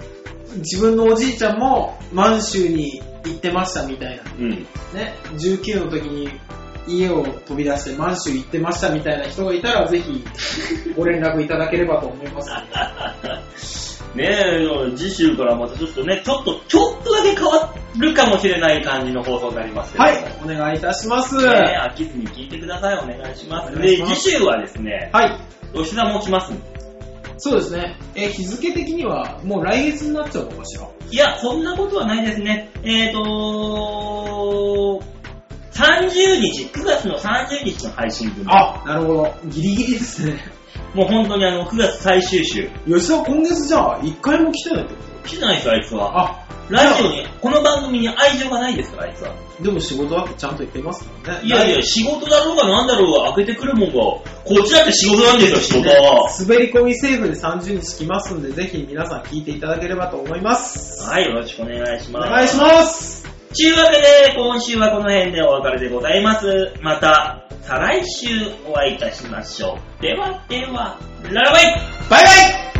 自分のおじいちゃんも満州に行ってましたみたいな。 うん。 ね、じゅうきゅうの時に家を飛び出して満州行ってましたみたいな人がいたら、ぜひご連絡いただければと思います。 ねえ、次週からまたちょっとね、ちょっと、ちょっとだけ変わるかもしれない感じの放送になりますけど。 はい、お願いいたします。 ねえ、飽きずに聞いてください。お願いします。で、次週はですね、 はい。 吉田も来ますんで。 そうですね。え、日付的にはもう来月になっちゃうのかしら？ いや、そんなことはないですね。えーとー、さんじゅうにち、くがつのさんじゅうにちの配信分。 あ、なるほど。ギリギリですね。 もう本当にあの、くがつ最終週。 吉田は今月じゃあ、一回も来てないってこと？ 来てないですよ、あいつは。 あ、 ラジオに、この番組に愛情がないですから、あいつは。 でも仕事はちゃんと言ってますからね。 いやいや、仕事だろうがなんだろうが開けてくるもんが、こっちだって仕事なんですよ、仕事は。 滑り込みセーフでさんじゅうにち来ますんで、ぜひ皆さん聞いていただければと思います。 はい、よろしくお願いします。 お願いします。 というわけで、今週はこの辺でお別れでございます。また、再来週お会いいたしましょう。ではでは、ララバイ！ バイバイ！